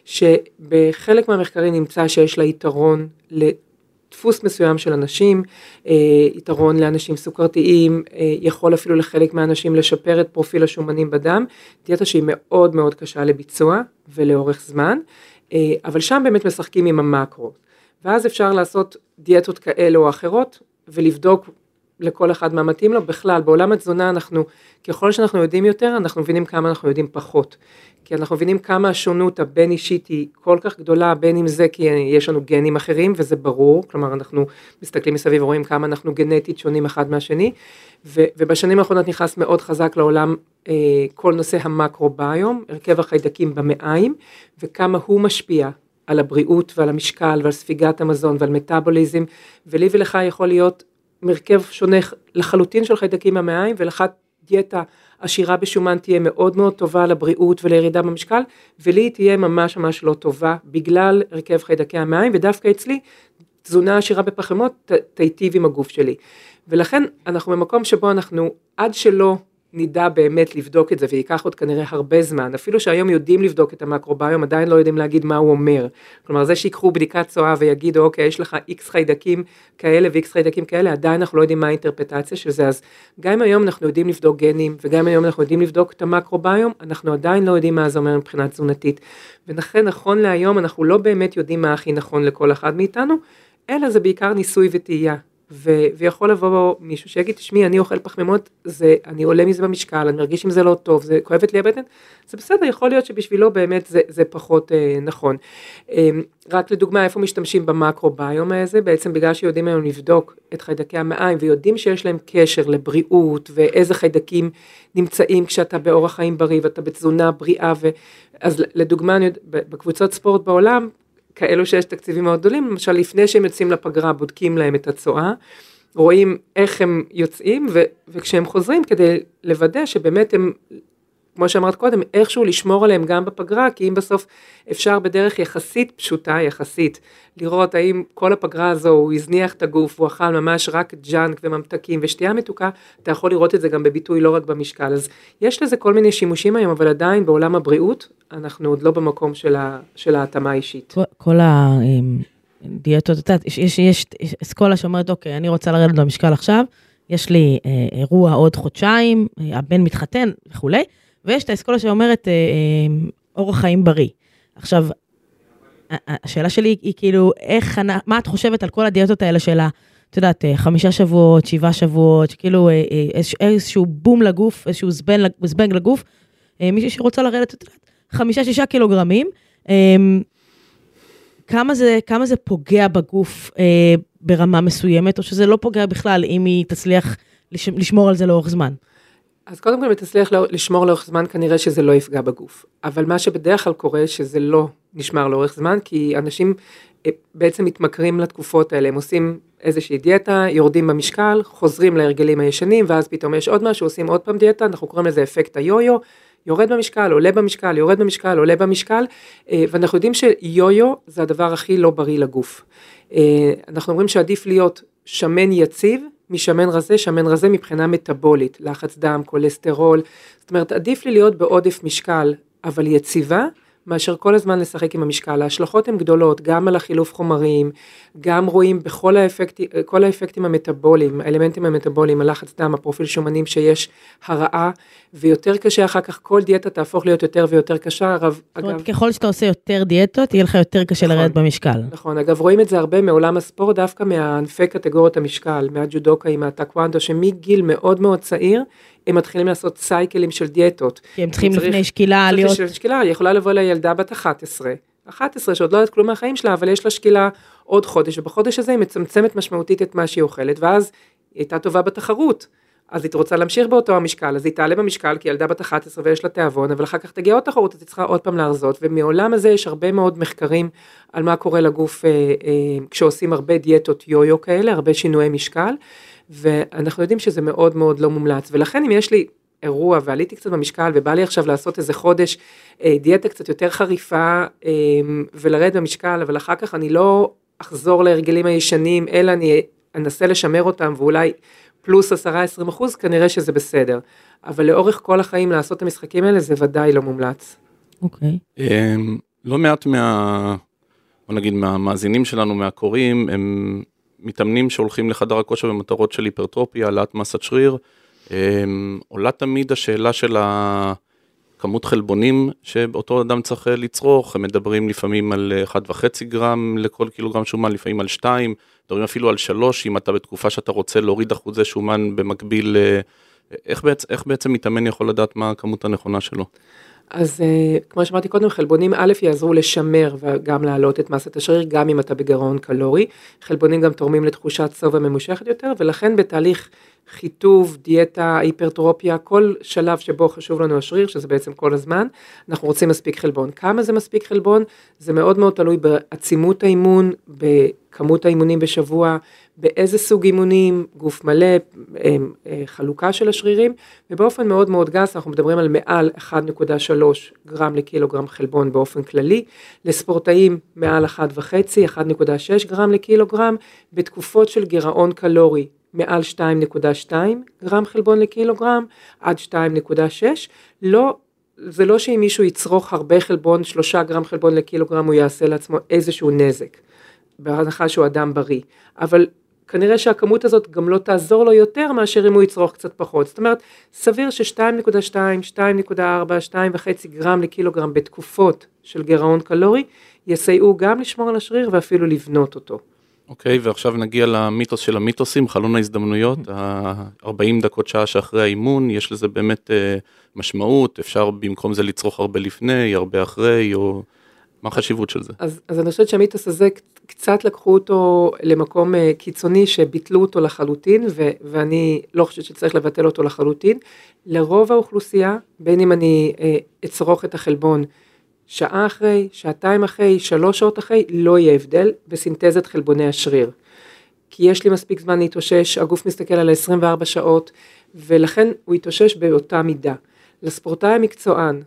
שבחלק מהמחקרים נמצא שיש לה יתרון לדפוס מסוים של אנשים, יתרון לאנשים סוכרתיים, יכול אפילו לחלק מהאנשים לשפר את פרופיל השומנים בדם, דיאטה שהיא מאוד מאוד קשה לביצוע ולאורך זמן, אבל שם באמת משחקים עם המקרו, ואז אפשר לעשות דיאטות כאלה או אחרות, ולבדוק לכל אחד מה מתאים לו, בכלל, בעולם התזונה אנחנו, ככל שאנחנו יודעים יותר, אנחנו מבינים כמה אנחנו יודעים פחות, כי אנחנו מבינים כמה השונות הבין אישית היא כל כך גדולה, בין אם זה כי יש לנו גנים אחרים, וזה ברור, כלומר אנחנו מסתכלים מסביב, רואים כמה אנחנו גנטית שונים אחד מהשני, ו, ובשנים האחרונות נכנס מאוד חזק לעולם, אה, כל נושא המקרוביום, הרכב החיידקים במעיים, וכמה הוא משפיע על הבריאות ועל המשקל ועל ספיגת המזון ועל מטאבוליזם, ולי ולך יכול להיות מרכב שונה לחלוטין של חיידקים במעיים, ולך דיאטה עשירה בשומן תהיה מאוד מאוד טובה לבריאות ולירידה במשקל, ולי תהיה ממש ממש לא טובה, בגלל הרכב חיידקי המעיים, ודווקא אצלי, תזונה עשירה בפחמות תיטיב עם הגוף שלי. ולכן אנחנו במקום שבו אנחנו, עד שלא נדע באמת לבדוק את זה, ויקח עוד כנראה הרבה זמן, אפילו שהיום יודעים לבדוק את המקרוביום, עדיין לא יודעים להגיד מה הוא אומר. כלומר, זה שיקחו בדיקת צואה ויגידו, אוקיי, יש לך איקס חיידקים כאלה ואיקס חיידקים כאלה, עדיין אנחנו לא יודעים מה האינטרפטציה של זה, אז גם אם היום אנחנו יודעים לבדוק גנים, וגם אם היום אנחנו יודעים לבדוק את המקרוביום, אנחנו עדיין לא יודעים מה זה אומר מבחינה תזונתית. ולכן נכון להיום, אנחנו לא באמת יודעים מה הכי נכון לכל אחד מאיתנו, אלא זה בעיקר ניסוי וטעייה. ו- ויכול לבוא מישהו שיגיד, תשמעי, אני אוכל פחמימות, זה, אני עולה מזה במשקל, אני מרגיש עם זה לא טוב, זה כואבת לי הבטן, זה בסדר, יכול להיות שבשבילו באמת זה, זה פחות אה, נכון. אה, רק לדוגמה, איפה משתמשים במקרוביום הזה, בעצם בגלל שיודעים היום לבדוק את חיידקי המעיים, ויודעים שיש להם קשר לבריאות, ואיזה חיידקים נמצאים כשאתה באורח חיים בריא, ואתה בתזונה בריאה, ו... אז לדוגמה, אני, בקבוצות ספורט בעולם, כאלו שיש תקציבים מאוד גדולים, למשל לפני שהם יוצאים לפגרה, בודקים להם את הצואה, רואים איך הם יוצאים, ו- וכשהם חוזרים כדי לוודא שבאמת הם, כמו שאמרת קודם, איכשהו לשמור עליהם גם בפגרה, כי אם בסוף אפשר בדרך יחסית פשוטה, יחסית, לראות האם כל הפגרה הזו הוא הזניח את הגוף, הוא אכל ממש רק ג'אנק וממתקים ושתייה מתוקה, אתה יכול לראות את זה גם בביטוי, לא רק במשקל. אז יש לזה כל מיני שימושים היום, אבל עדיין בעולם הבריאות, אנחנו עוד לא במקום של, ה, של ההתאמה האישית. כל, כל הדיאטות, אתה יודעת, יש, יש, יש אסכולה שאומרת, אוקיי, אני רוצה לרדת במשקל עכשיו, יש לי אה, אירוע עוד חודשיים, אה, הבן מתחתן וכולי, ויש את האסכולה שאומרת אה, אה, אורח חיים בריא. עכשיו, השאלה שלי היא כאילו, איך, מה את חושבת על כל הדיאטות האלה שלה, את יודעת, חמישה שבועות, שבעה שבועות, שכאילו איזשהו בום לגוף, איזשהו זבנג לגוף, מישהי שרוצה לרדת, את יודעת, חמישה, שישה קילוגרמים, כמה זה, כמה זה פוגע בגוף ברמה מסוימת, או שזה לא פוגע בכלל, אם היא תצליח לשמור על זה לאורך זמן? אז קודם כל, אם תצליח לשמור לאורך זמן, כנראה שזה לא יפגע בגוף. אבל מה שבדרך כלל קורה, שזה לא נשמר לאורך זמן, כי אנשים בעצם מתמכרים לתקופות האלה, הם עושים איזושהי דיאטה, יורדים במשקל, חוזרים להרגלים הישנים, ואז פתאום יש עוד משהו, עושים עוד פעם דיאטה, אנחנו קוראים לזה אפקט היו-יו, יורד במשקל, עולה במשקל, יורד במשקל, עולה במשקל, ואנחנו יודעים שיו-יו זה הדבר הכי לא בריא לגוף. אנחנו אומרים שעדיף להיות שמן יציב, משמן רזה, שמן רזה מבחינה מטאבולית, לחץ דם, כולסטרול, זאת אומרת, עדיף לי להיות בעודף משקל, אבל יציבה, מאשר כל הזמן לשחק עם המשקל. ההשלכות הן גדולות, גם על החילוף חומרים, גם רואים בכל האפקטים, כל האפקטים המטאבוליים, האלמנטים המטאבוליים, הלחץ דם, הפרופיל שומנים שיש הרעה, ויותר קשה אחר כך, כל דיאטה תהפוך להיות יותר ויותר קשה. הרב, זאת אומרת, ככל שאתה עושה יותר דיאטות, יהיה לך יותר קשה נכון, לרדת במשקל. נכון, אגב, רואים את זה הרבה מעולם הספורט, דווקא מהענפי קטגוריות המשקל, מהג'ודוקאים, מהטקוונדו, שמגיל מאוד מאוד צעיר, הם מתחילים לעשות סייקלים של דיאטות. כי הם צריכים לפני שקילה להיות... לפני שקילה, היא יכולה לבוא לילדה בת אחת עשרה. אחת עשרה שעוד לא יודעת כלום מהחיים שלה, אבל יש לה שקילה עוד חודש, ובחודש הזה היא מצמצמת משמעותית את מה שהיא אוכלת, ואז היא הייתה טובה בתחרות. אז היא רוצה להמשיך באותו המשקל, אז היא תעלה במשקל, כי ילדה בת אחת עשרה ויש לה תיאבון, אבל אחר כך תגיע עוד תחרות, אז היא צריכה עוד פעם להרזות, ומעולם הזה יש הרבה מאוד מחקרים על מה קורה לגוף, אה, אה, כשעושים הרבה דיאטות יו-יו כאלה, הרבה שינויי משקל, ואנחנו יודעים שזה מאוד מאוד לא מומלץ, ולכן אם יש לי אירוע ועליתי קצת במשקל, ובא לי עכשיו לעשות איזה חודש אה, דיאטה קצת יותר חריפה, אה, ולרד במשקל, אבל אחר כך אני לא אחזור להרגלים הישנים, אלא אני אנסה לשמר אותם, ואולי פלוס עשרה עשרים אחוז, כנראה שזה בסדר. אבל לאורך כל החיים לעשות את המשחקים האלה, זה ודאי לא מומלץ. אוקיי. לא מעט מה, בוא נגיד, מהמאזינים שלנו, מהקוראים, הם מתאמנים שהולכים לחדר הכושר במטרות של היפרטרופיה, העלאת מסת שריר. עולה תמיד השאלה של ה... כמות חלבונים שאותו אדם צריך לצרוך, הם מדברים לפעמים על אחד וחצי גרם לכל קילוגרם שומן, לפעמים על שתיים, מדברים אפילו על שלוש, אם אתה בתקופה שאתה רוצה להוריד אחוזי שומן במקביל, איך בעצם, איך בעצם מתאמן יכול לדעת מה הכמות הנכונה שלו? אז כמו שאמרתי קודם, חלבונים א' יעזרו לשמר וגם להעלות את מסת השריר, גם אם אתה בגרעון קלורי. חלבונים גם תורמים לתחושת שובע ממושכת יותר, ולכן בתהליך חיטוב, דיאטה, היפרטרופיה, כל שלב שבו חשוב לנו השריר, שזה בעצם כל הזמן, אנחנו רוצים מספיק חלבון. כמה זה מספיק חלבון? זה מאוד מאוד תלוי בעצימות האימון, בכמות האימונים בשבוע, באיזה סוג אימונים, גוף מלא, חלוקה של השרירים, ובאופן מאוד מאוד גס, אנחנו מדברים על מעל אחת נקודה שלוש גרם לקילוגרם חלבון באופן כללי, לספורטאים מעל אחת וחצי, אחת נקודה שש גרם לקילוגרם, בתקופות של גירעון קלורי, מעל שתיים נקודה שתיים גרם חלבון לקילוגרם, עד שתיים נקודה שש, לא, זה לא שאם מישהו יצרוך הרבה חלבון, שלושה גרם חלבון לקילוגרם, הוא יעשה לעצמו איזשהו נזק, בהנחה שהוא אדם בריא, אבל כנראה שהכמות הזאת גם לא תעזור לו יותר, מאשר אם הוא יצרוך קצת פחות, זאת אומרת, סביר ש-שתיים נקודה שתיים, שתיים נקודה ארבע, שתיים וחצי גרם לקילוגרם, בתקופות של גירעון קלורי, יסייעו גם לשמור על השריר, ואפילו לבנות אותו. אוקיי, okay, ועכשיו נגיע למיתוס של המיתוסים, חלון ההזדמנויות, ה-ארבעים דקות שעה שאחרי האימון, יש לזה באמת uh, משמעות, אפשר במקום זה לצרוך הרבה לפני, הרבה אחרי, או מה החשיבות של זה? אז, אז אני חושבת שהמיתוס הזה, קצת לקחו אותו למקום uh, קיצוני, שביטלו אותו לחלוטין, ו- ואני לא חושבת שצריך לבטל אותו לחלוטין, לרוב האוכלוסייה, בין אם אני uh, אצרוך את החלבון, שעה אחרי, שעתיים אחרי, שלוש שעות אחרי, לא יהיה הבדל בסינתזת חלבוני השריר. כי יש לי מספיק זמן להתאושש, הגוף מסתכל על עשרים וארבע שעות, ולכן הוא יתאושש באותה מידה. לספורטאי המקצוען,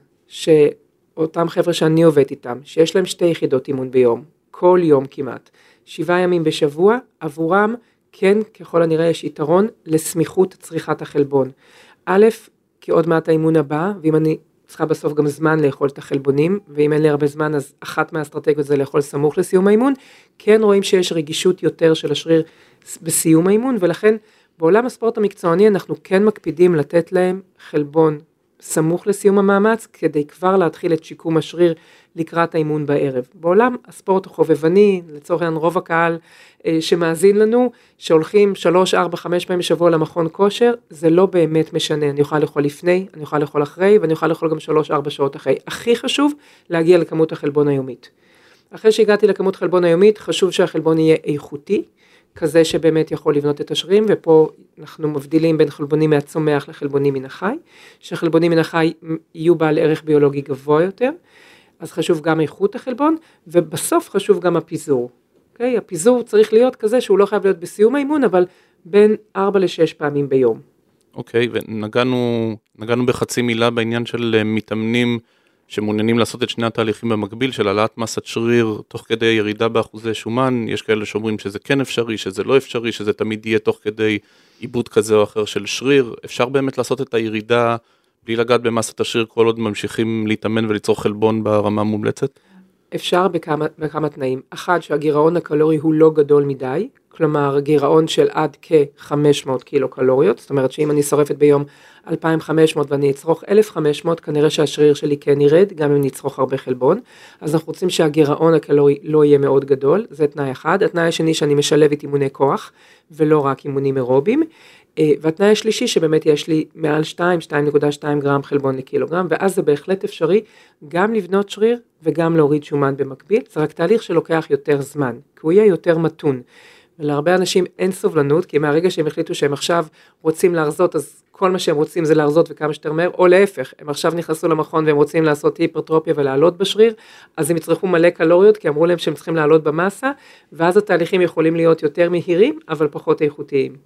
שאותם חבר'ה שאני עובד איתם, שיש להם שתי יחידות אימון ביום, כל יום כמעט, שבעה ימים בשבוע, עבורם כן ככל הנראה יש יתרון לסמיכות צריכת החלבון. א', כי עוד מעט האימון הבא, ואם אני צריכה בסוף גם זמן לאכול את החלבונים, ואם אין לי הרבה זמן, אז אחת מהאסטרטגיות זה לאכול סמוך לסיום האימון, כן רואים שיש רגישות יותר של השריר בסיום האימון, ולכן בעולם הספורט המקצועני אנחנו כן מקפידים לתת להם חלבון סמוך לסיום המאמץ, כדי כבר להתחיל את שיקום השריר לקראת האימון בערב. בעולם הספורט החובבני, לצורך העניין רוב הקהל אה, שמאזין לנו, שהולכים שלוש, ארבע, חמש פעמים בשבוע למכון כושר, זה לא באמת משנה. אני אוכל לאכול לפני, אני אוכל לאכול אחרי, ואני אוכל לאכול גם שלוש, ארבע שעות אחרי. הכי חשוב להגיע לכמות החלבון היומית. אחרי שהגעתי לכמות חלבון היומית, חשוב שהחלבון יהיה איכותי, כזה שבאמת יכול לבנות את השרירים, ופה אנחנו מבדילים בין חלבונים מהצומח לחלבונים מן החי, שחלבונים מן החי יהיו בעל ערך ביולוגי גבוה יותר, אז חשוב גם איכות החלבון, ובסוף חשוב גם הפיזור. Okay? הפיזור צריך להיות כזה שהוא לא חייב להיות בסיום האימון, אבל בין ארבע לשש פעמים ביום. אוקיי, okay, ונגענו נגענו בחצי מילה בעניין של מתאמנים, שמעוניינים לעשות את שני התהליכים במקביל, של העלאת מסת שריר תוך כדי ירידה באחוזי שומן, יש כאלה שאומרים שזה כן אפשרי, שזה לא אפשרי, שזה תמיד יהיה תוך כדי עיבוד כזה או אחר של שריר, אפשר באמת לעשות את הירידה בלי לגעת במסת השריר, כל עוד ממשיכים להתאמן וליצור חלבון ברמה מומלצת? אפשר בכמה, בכמה תנאים. אחד, שהגירעון הקלורי הוא לא גדול מדי, כלומר גירעון של עד כ-חמש מאות קילו קלוריות, זאת אומרת שאם אני שורפת ביום אלפיים וחמש מאות ואני אצרוך אלף וחמש מאות, כנראה שהשריר שלי כן ירד, גם אם אני אצרוך הרבה חלבון, אז אנחנו רוצים שהגירעון הקלורי לא יהיה מאוד גדול, זה תנאי אחד. התנאי השני שאני משלבת אימוני כוח, ולא רק אימונים אירובים, והתנאי השלישי שבאמת יש לי מעל שתיים, שתיים נקודה שתיים גרם חלבון לקילוגרם, ואז זה בהחלט אפשרי גם לבנות שריר וגם להוריד שומן במקביל, זה רק תהליך שלוקח יותר זמן, כי הוא יהיה יותר מתון. ולהרבה אנשים אין סובלנות, כי מהרגע שהם החליטו שהם עכשיו רוצים להרזות, אז כל מה שהם רוצים זה להרזות וכמה שיותר מהר, או להפך, הם עכשיו נכנסו למכון והם רוצים לעשות היפרטרופיה ולעלות בשריר, אז הם יצרכו מלא קלוריות, כי אמרו להם שהם צריכים לעלות במסה, ואז התהליכים יכולים להיות יותר מהירים, אבל פחות איכותיים.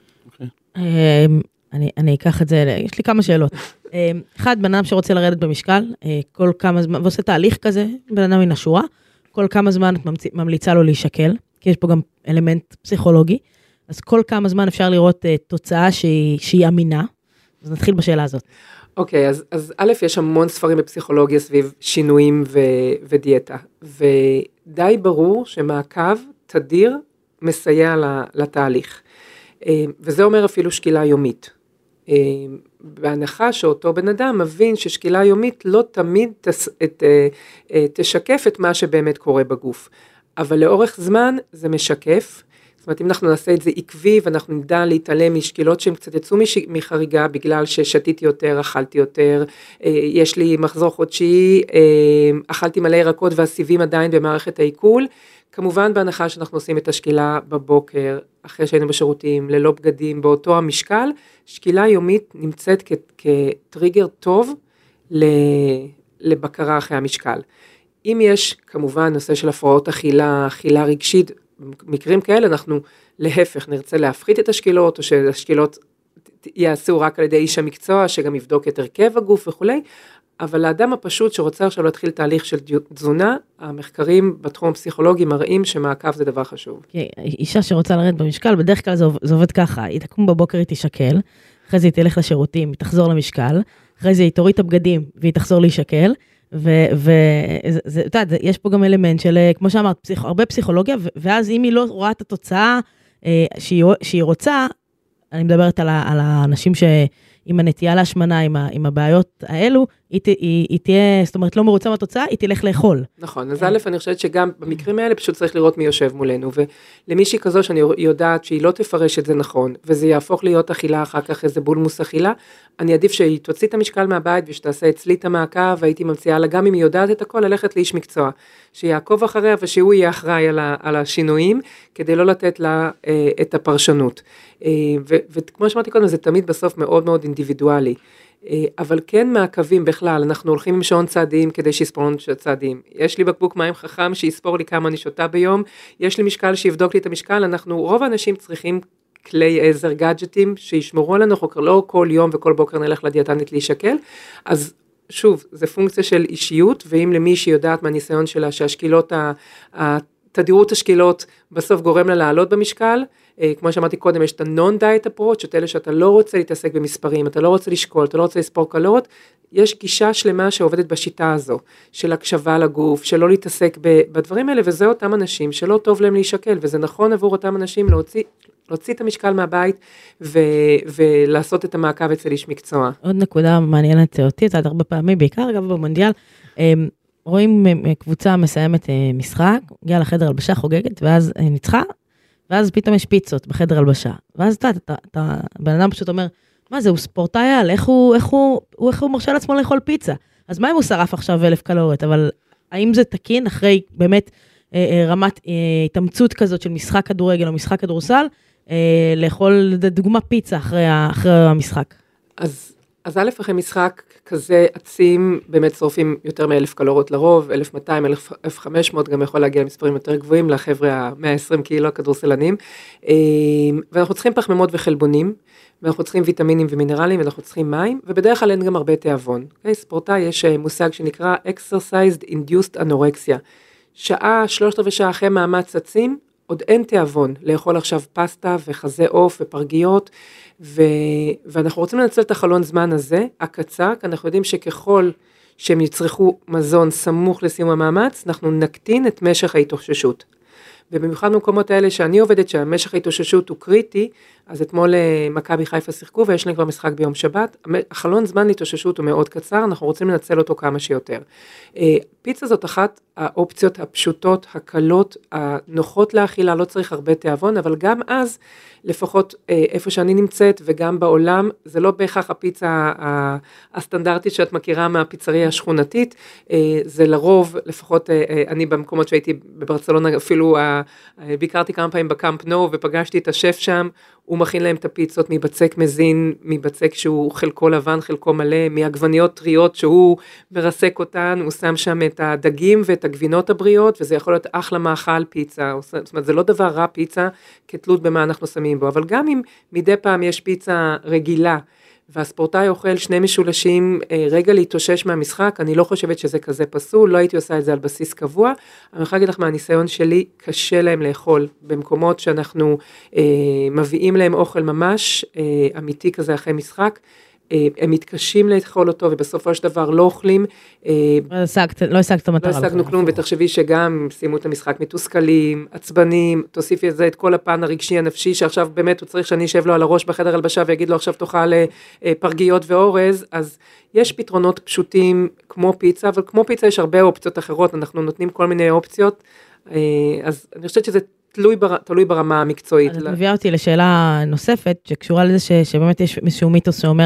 אני אקח את זה, יש לי כמה שאלות. אחד, בן אדם שרוצה לרדת במשקל, כל כמה זמן, ועושה תהליך כזה, בן אדם מן השורה, כל כמה זמן את ממליצה לו להישקל, כי יש פה גם אלמנט פסיכולוגי, אז כל כמה זמן אפשר לראות תוצאה שהיא אמינה, אז נתחיל בשאלה הזאת. אוקיי, אז, אז א', יש המון ספרים בפסיכולוגיה סביב שינויים ו, ודיאטה, ודי ברור שמעקב תדיר מסייע לתהליך. וזה אומר אפילו שקילה יומית. בהנחה שאותו בן אדם מבין ששקילה יומית לא תמיד תס, את, תשקף את מה שבאמת קורה בגוף, אבל לאורך זמן זה משקף, זאת אומרת אם אנחנו נעשה את זה עקבי ואנחנו נדע להתעלם משקילות שהן קצת יצאו מחריגה בגלל ששתיתי יותר, אכלתי יותר, יש לי מחזור חודשי, אכלתי מלא ירקות והסיבים עדיין במערכת העיכול, כמובן בהנחה שאנחנו עושים את השקילה בבוקר, אחרי שהיינו בשירותים, ללא בגדים, באותו המשקל, שקילה יומית נמצאת כ- כטריגר טוב לבקרה אחרי המשקל. אם יש כמובן נושא של הפרעות אכילה, אכילה רגשית, במקרים כאלה אנחנו להפך נרצה להפחית את השקילות, או שהשקילות יעשו רק על ידי איש המקצוע, שגם יבדוק את הרכב הגוף וכולי, אבל לאדם הפשוט שרוצה עכשיו להתחיל תהליך של תזונה, המחקרים בתחום הפסיכולוגי מראים שמעקב זה דבר חשוב. אישה שרוצה לרדת במשקל, בדרך כלל זה עובד ככה, היא תקום בבוקר, היא תשקל, אחרי זה היא תלך לשירותים, היא תחזור למשקל, אחרי זה היא תוריד את הבגדים, והיא תחזור להישקל, ויש פה גם אלמנט של, כמו שאמרת, הרבה פסיכולוגיה, ואז אם היא לא רואה את התוצאה שהיא רוצה, אני מדברת על האנשים ש... עם הנטייה להשמנה, עם, ה, עם הבעיות האלו, היא, היא, היא תהיה, זאת אומרת, לא מרוצה מהתוצאה, היא תלך לאכול. נכון, אז א', אני חושבת שגם במקרים האלה פשוט צריך לראות מי יושב מולנו, ולמישהי כזו שאני יודעת שהיא לא תפרש את זה נכון, וזה יהפוך להיות אכילה אחר כך איזה בולמוס אכילה, אני עדיף שהיא תוציא את המשקל מהבית, ושתעשה אצלי את המעקב, והייתי ממציאה לה, גם אם היא יודעת את הכל, ללכת לאיש מקצוע, שיעקוב אחריה, ושהוא יהיה אחראי על, ה, על השינויים, כדי לא לתת לה אה, את הפרשנות. אה, ו, וכמו שאמרתי קודם, זה תמיד בסוף מאוד מאוד אינדיבידואלי. אבל כן מעקבים בכלל, אנחנו הולכים עם שעון צעדים כדי שיספור לנו צעדים. יש לי בקבוק מים חכם שיספור לי כמה אני שותה ביום, יש לי משקל שיבדוק לי את המשקל, אנחנו, רוב האנשים צריכים כלי עזר, גאדג'טים, שישמרו עלינו, לא כל יום וכל בוקר נלך לדיאטנית להישקל, אז שוב, זה פונקציה של אישיות, ואם למי שיודעת מהניסיון שלה, שהשקילות, תדירות השקילות בסוף גורם לה לעלות במשקל, כמו שאמרתי קודם, יש את ה-non-diet approach, את אלה שאתה לא רוצה להתעסק במספרים, אתה לא רוצה לשקול, אתה לא רוצה לספור קלוריות, יש גישה שלמה שעובדת בשיטה הזו, של הקשבה לגוף, שלא להתעסק בדברים האלה, וזה אותם אנשים שלא טוב להם להישקל, וזה נכון עבור אותם אנשים להוציא, להוציא את המשקל מהבית, ו, ולעשות את המעקב אצל איש מקצוע. עוד נקודה מעניינת אותי, את הרבה פעמים, בעיקר אגב במונדיאל, רואים קבוצה מסיימת משחק, הגיעה לחדר הלבשה חוגגת, ואז ניצחה, ואז פתאום יש פיצות בחדר הלבשה. ואז אתה, אתה, אתה, בן אדם פשוט אומר, מה זה, הוא ספורטאי על, איך הוא, איך הוא, איך הוא מרשה לעצמו לאכול פיצה? אז מה אם הוא שרף עכשיו אלף קלוריות? אבל האם זה תקין אחרי באמת אה, אה, רמת אה, התאמצות כזאת של משחק כדורגל או משחק כדורסל, אה, לאכול דוגמה פיצה אחרי, אחרי המשחק? אז, אז א' אחרי משחק כזה עצים, באמת שורפים יותר מאלף קלוריות לרוב, אלף מאתיים, אלף וחמש מאות, גם יכול להגיע למספרים יותר גבוהים, לחבר'ה ה-מאה ועשרים קילו הכדורסלנים, ואנחנו צריכים פחמימות וחלבונים, ואנחנו צריכים ויטמינים ומינרלים, ואנחנו צריכים מים, ובדרך כלל אין גם הרבה תיאבון. Okay? ספורטאי, יש מושג שנקרא Exercise Induced Anorexia, שעה, שלושת רבעי שעה אחרי מאמץ עצים, עוד אין תיאבון, לאכול עכשיו פסטה וחזה עוף ופרגיות, ו... ואנחנו רוצים לנצל את החלון זמן הזה, הקצר, כי אנחנו יודעים שככל שהם יצרכו מזון סמוך לסיום המאמץ, אנחנו נקטין את משך ההתאוששות. ובמיוחד במקומות האלה שאני עובדת, שהמשך ההתאוששות הוא קריטי, אז אתמול מכבי חיפה שיחקו, ויש להם כבר משחק ביום שבת, החלון זמן להתאוששות הוא מאוד קצר, אנחנו רוצים לנצל אותו כמה שיותר. פיצה זאת אחת האופציות הפשוטות, הקלות, הנוחות לאכילה, לא צריך הרבה תיאבון, אבל גם אז, לפחות איפה שאני נמצאת, וגם בעולם, זה לא בהכרח הפיצה הסטנדרטית שאת מכירה מהפיצריה השכונתית, זה לרוב, לפחות אני במקומות שהייתי בברצלונה, אפילו ביקרתי כמה פעמים בקאמפ נו, ופגשתי את השף שם, הוא מכין להם את הפיצות מבצק מזין, מבצק שהוא חלקו לבן, חלקו מלא, מעגבניות טריות שהוא מרסק אותן, הוא שם שם את הדגים ואת הגבינות הבריאות, וזה יכול להיות אחלה מאכל פיצה, זאת אומרת, זה לא דבר רע פיצה, כתלות במה אנחנו שמים בו, אבל גם אם מדי פעם יש פיצה רגילה, והספורטאי אוכל שני משולשים רגע להתאושש מהמשחק, אני לא חושבת שזה כזה פסול, לא הייתי עושה את זה על בסיס קבוע, אני יכולה להגיד לך מהניסיון שלי, קשה להם לאכול במקומות שאנחנו אה, מביאים להם אוכל ממש אה, אמיתי כזה אחרי משחק, הם מתקשים לאכול אותו, ובסופו של דבר לא אוכלים. לא השגת מטרה. לא השגנו כלום, ותחשבי שגם סיימו את המשחק מתוסכלים, עצבנים, תוסיפי את זה, את כל הפן הרגשי הנפשי, שעכשיו באמת הוא צריך שאני אשב לו על הראש בחדר הלבשה, ויגיד לו עכשיו תאכל פרגיות ואורז, אז יש פתרונות פשוטים כמו פיצה, אבל כמו פיצה יש הרבה אופציות אחרות, אנחנו נותנים כל מיני אופציות, אז אני חושבת שזה תלוי, בר, תלוי ברמה המקצועית. אז את מביאה אותי לשאלה נוספת, שקשורה לזה ש, שבאמת יש איזשהו מיתוס שאומר,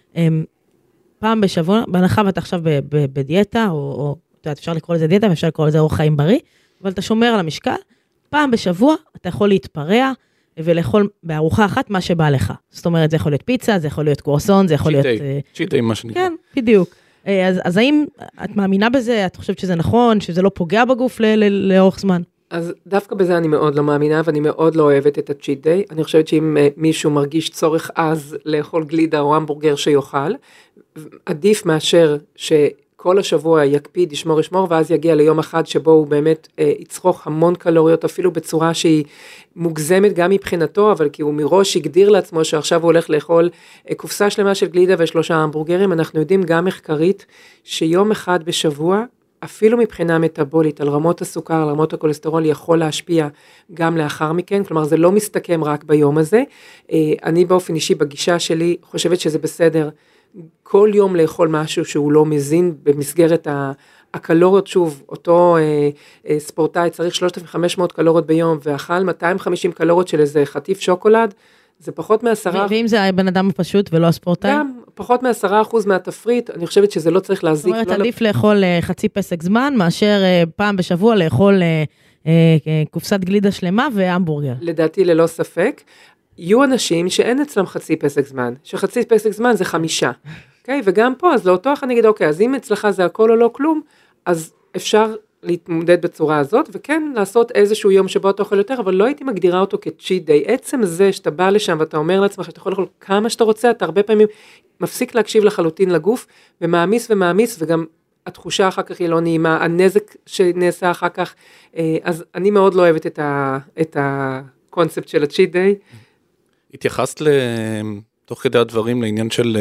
פעם בשבוע, בהנחה ואתה עכשיו בדיאטה, או, או אתה יודע, אפשר לקרוא לזה דיאטה, ואפשר לקרוא לזה אורח חיים בריא, אבל אתה שומר על המשקל, פעם בשבוע אתה יכול להתפרע, ולאכול בארוחה אחת מה שבא לך. זאת אומרת, זה יכול להיות פיצה, זה יכול להיות קרואסון, זה יכול להיות... צ'יט-דיי, מה שנקרא. כן, בדיוק. אז, אז האם את מאמינה בזה, את חושבת שזה נכון, שזה לא פוגע בגוף לאורך זמן? אז דווקא בזה אני מאוד לא מאמינה, ואני מאוד לא אוהבת את הצ'יט דיי. אני חושבת שאם מישהו מרגיש צורך אז לאכול גלידה או המבורגר שיוכל, עדיף מאשר שכל השבוע יקפיד, ישמור, ישמור, ואז יגיע ליום אחד שבו הוא באמת אה, יצרוך המון קלוריות, אפילו בצורה שהיא מוגזמת גם מבחינתו, אבל כי הוא מראש הגדיר לעצמו שעכשיו הוא הולך לאכול אה, קופסה שלמה של גלידה ושלושה המבורגרים. אנחנו יודעים גם מחקרית שיום אחד בשבוע, אפילו מבחינה מטאבולית, על רמות הסוכר, על רמות הכולסטרול, יכול להשפיע גם לאחר מכן, כלומר זה לא מסתכם רק ביום הזה. אני באופן אישי בגישה שלי חושבת שזה בסדר, כל יום לאכול משהו שהוא לא מזין במסגרת הקלוריות, שוב, אותו ספורטאי צריך שלושת אלפים וחמש מאות קלוריות ביום, ואכל מאתיים וחמישים קלוריות של איזה חטיף שוקולד, זה פחות מעשרה... ואם זה בן אדם פשוט ולא הספורטאי? גם, פחות מעשרה אחוז מהתפריט, אני חושבת שזה לא צריך להזיק. זאת אומרת, עדיף לאכול חצי פסק זמן, מאשר פעם בשבוע לאכול קופסת גלידה שלמה והמבורגר. לדעתי ללא ספק, יהיו אנשים שאין אצלם חצי פסק זמן, שחצי פסק זמן זה חמישה. אוקיי? וגם פה, אז לאותו אחד נגיד, אוקיי, אז אם אצלך זה הכל או לא כלום, אז אפשר להתמודד בצורה הזאת, וכן לעשות איזשהו יום שבו אתה אוכל יותר, אבל לא הייתי מגדירה אותו כצ'יט דיי. עצם זה שאתה בא לשם ואתה אומר לעצמך שאתה יכול לאכול כמה שאתה רוצה, אתה הרבה פעמים מפסיק להקשיב לחלוטין לגוף, ומאמיס ומאמיס, וגם התחושה אחר כך היא לא נעימה, הנזק שנעשה אחר כך, אז אני מאוד לא אוהבת את, ה, את הקונספט של הצ'יט דיי. התייחסת תוך כדי הדברים לעניין של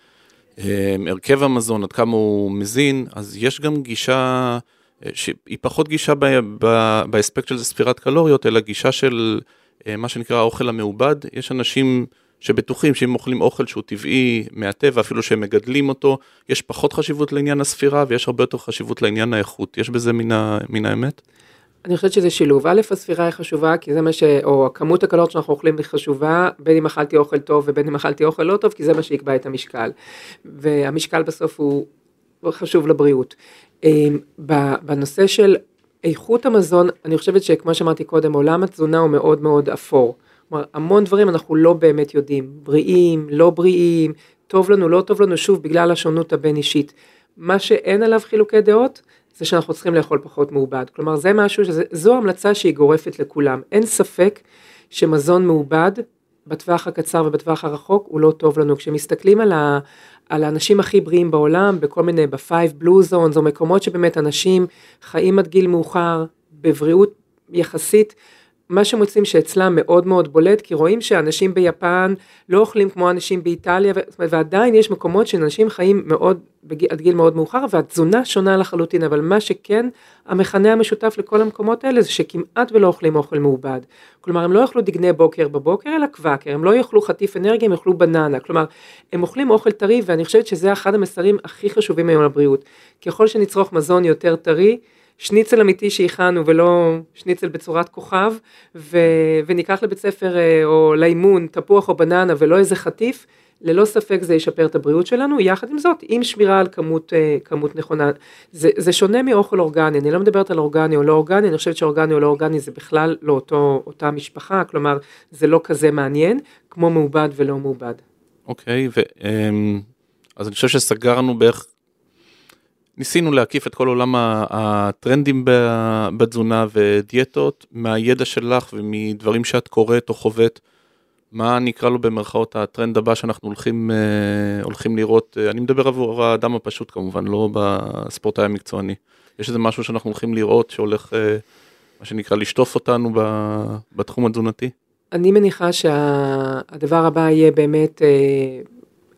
הרכב המזון, עד כמה הוא מזין, אז יש גם גישה... שהיא פחות גישה באספקט של ספירת קלוריות, אלא גישה של מה שנקרא האוכל המעובד. יש אנשים שבטוחים שאם אוכלים אוכל שהוא טבעי מהטבע, אפילו שהם מגדלים אותו, יש פחות חשיבות לעניין הספירה, ויש הרבה יותר חשיבות לעניין האיכות. יש בזה מן, ה, מן האמת? אני חושבת שזה שילוב. א', הספירה היא חשובה, כי זה מה ש... או כמות הקלוריות שאנחנו אוכלים היא חשובה, בין אם אכלתי אוכל טוב ובין אם אכלתי אוכל לא טוב, כי זה מה שיקבע את המשקל. והמשקל בסוף הוא חשוב לבריאות. בנושא של איכות המזון, אני חושבת שכמו שאמרתי קודם, עולם התזונה הוא מאוד מאוד אפור. כלומר, המון דברים אנחנו לא באמת יודעים, בריאים, לא בריאים, טוב לנו, לא טוב לנו, שוב, בגלל השונות הבין אישית. מה שאין עליו חילוקי דעות, זה שאנחנו צריכים לאכול פחות מעובד. כלומר, זה משהו, שזה, זו המלצה שהיא גורפת לכולם. אין ספק שמזון מעובד, בטווח הקצר ובטווח הרחוק, הוא לא טוב לנו. כשמסתכלים על ה... על האנשים הכי בריאים בעולם, בכל מיני, בפייב בלו זונס, או מקומות שבאמת אנשים חיים עד גיל מאוחר, בבריאות יחסית, מה שמוצאים שאצלם מאוד מאוד בולט, כי רואים שאנשים ביפן לא אוכלים כמו אנשים באיטליה, ועדיין יש מקומות שאנשים חיים מאוד, עד גיל מאוד מאוחר, והתזונה שונה לחלוטין, אבל מה שכן, המכנה המשותף לכל המקומות האלה, זה שכמעט ולא אוכלים אוכל מעובד. כלומר, הם לא יאכלו דגני בוקר בבוקר, אלא קוואקר, הם לא יאכלו חטיף אנרגיה, הם יאכלו בננה, כלומר, הם אוכלים אוכל טרי, ואני חושבת שזה אחד המסרים הכי חשובים היום לבריאות. ככל שנצרוך מזון יותר טרי, שניצל אמיתי שהכנו ולא שניצל בצורת כוכב, ו... וניקח לבית ספר או לאימון, תפוח או בננה ולא איזה חטיף, ללא ספק זה ישפר את הבריאות שלנו, יחד עם זאת, עם שמירה על כמות, כמות נכונה. זה, זה שונה מאוכל אורגני, אני לא מדברת על אורגני או לא אורגני, אני חושבת שאורגני או לא אורגני זה בכלל לא אותו, אותה משפחה, כלומר זה לא כזה מעניין, כמו מעובד ולא מעובד. אוקיי, ו... אז אני חושב שסגרנו בערך, ניסינו להקיף את כל עולם הטרנדים בתזונה ודיאטות, מהידע שלך ומדברים שאת קוראת או חוות, מה נקרא לו במרכאות הטרנד הבא שאנחנו הולכים, הולכים לראות, אני מדבר עבור האדם הפשוט כמובן, לא בספורטאי המקצועני. יש איזה משהו שאנחנו הולכים לראות שהולך, מה שנקרא, לשטוף אותנו בתחום התזונתי? אני מניחה שהדבר הבא יהיה באמת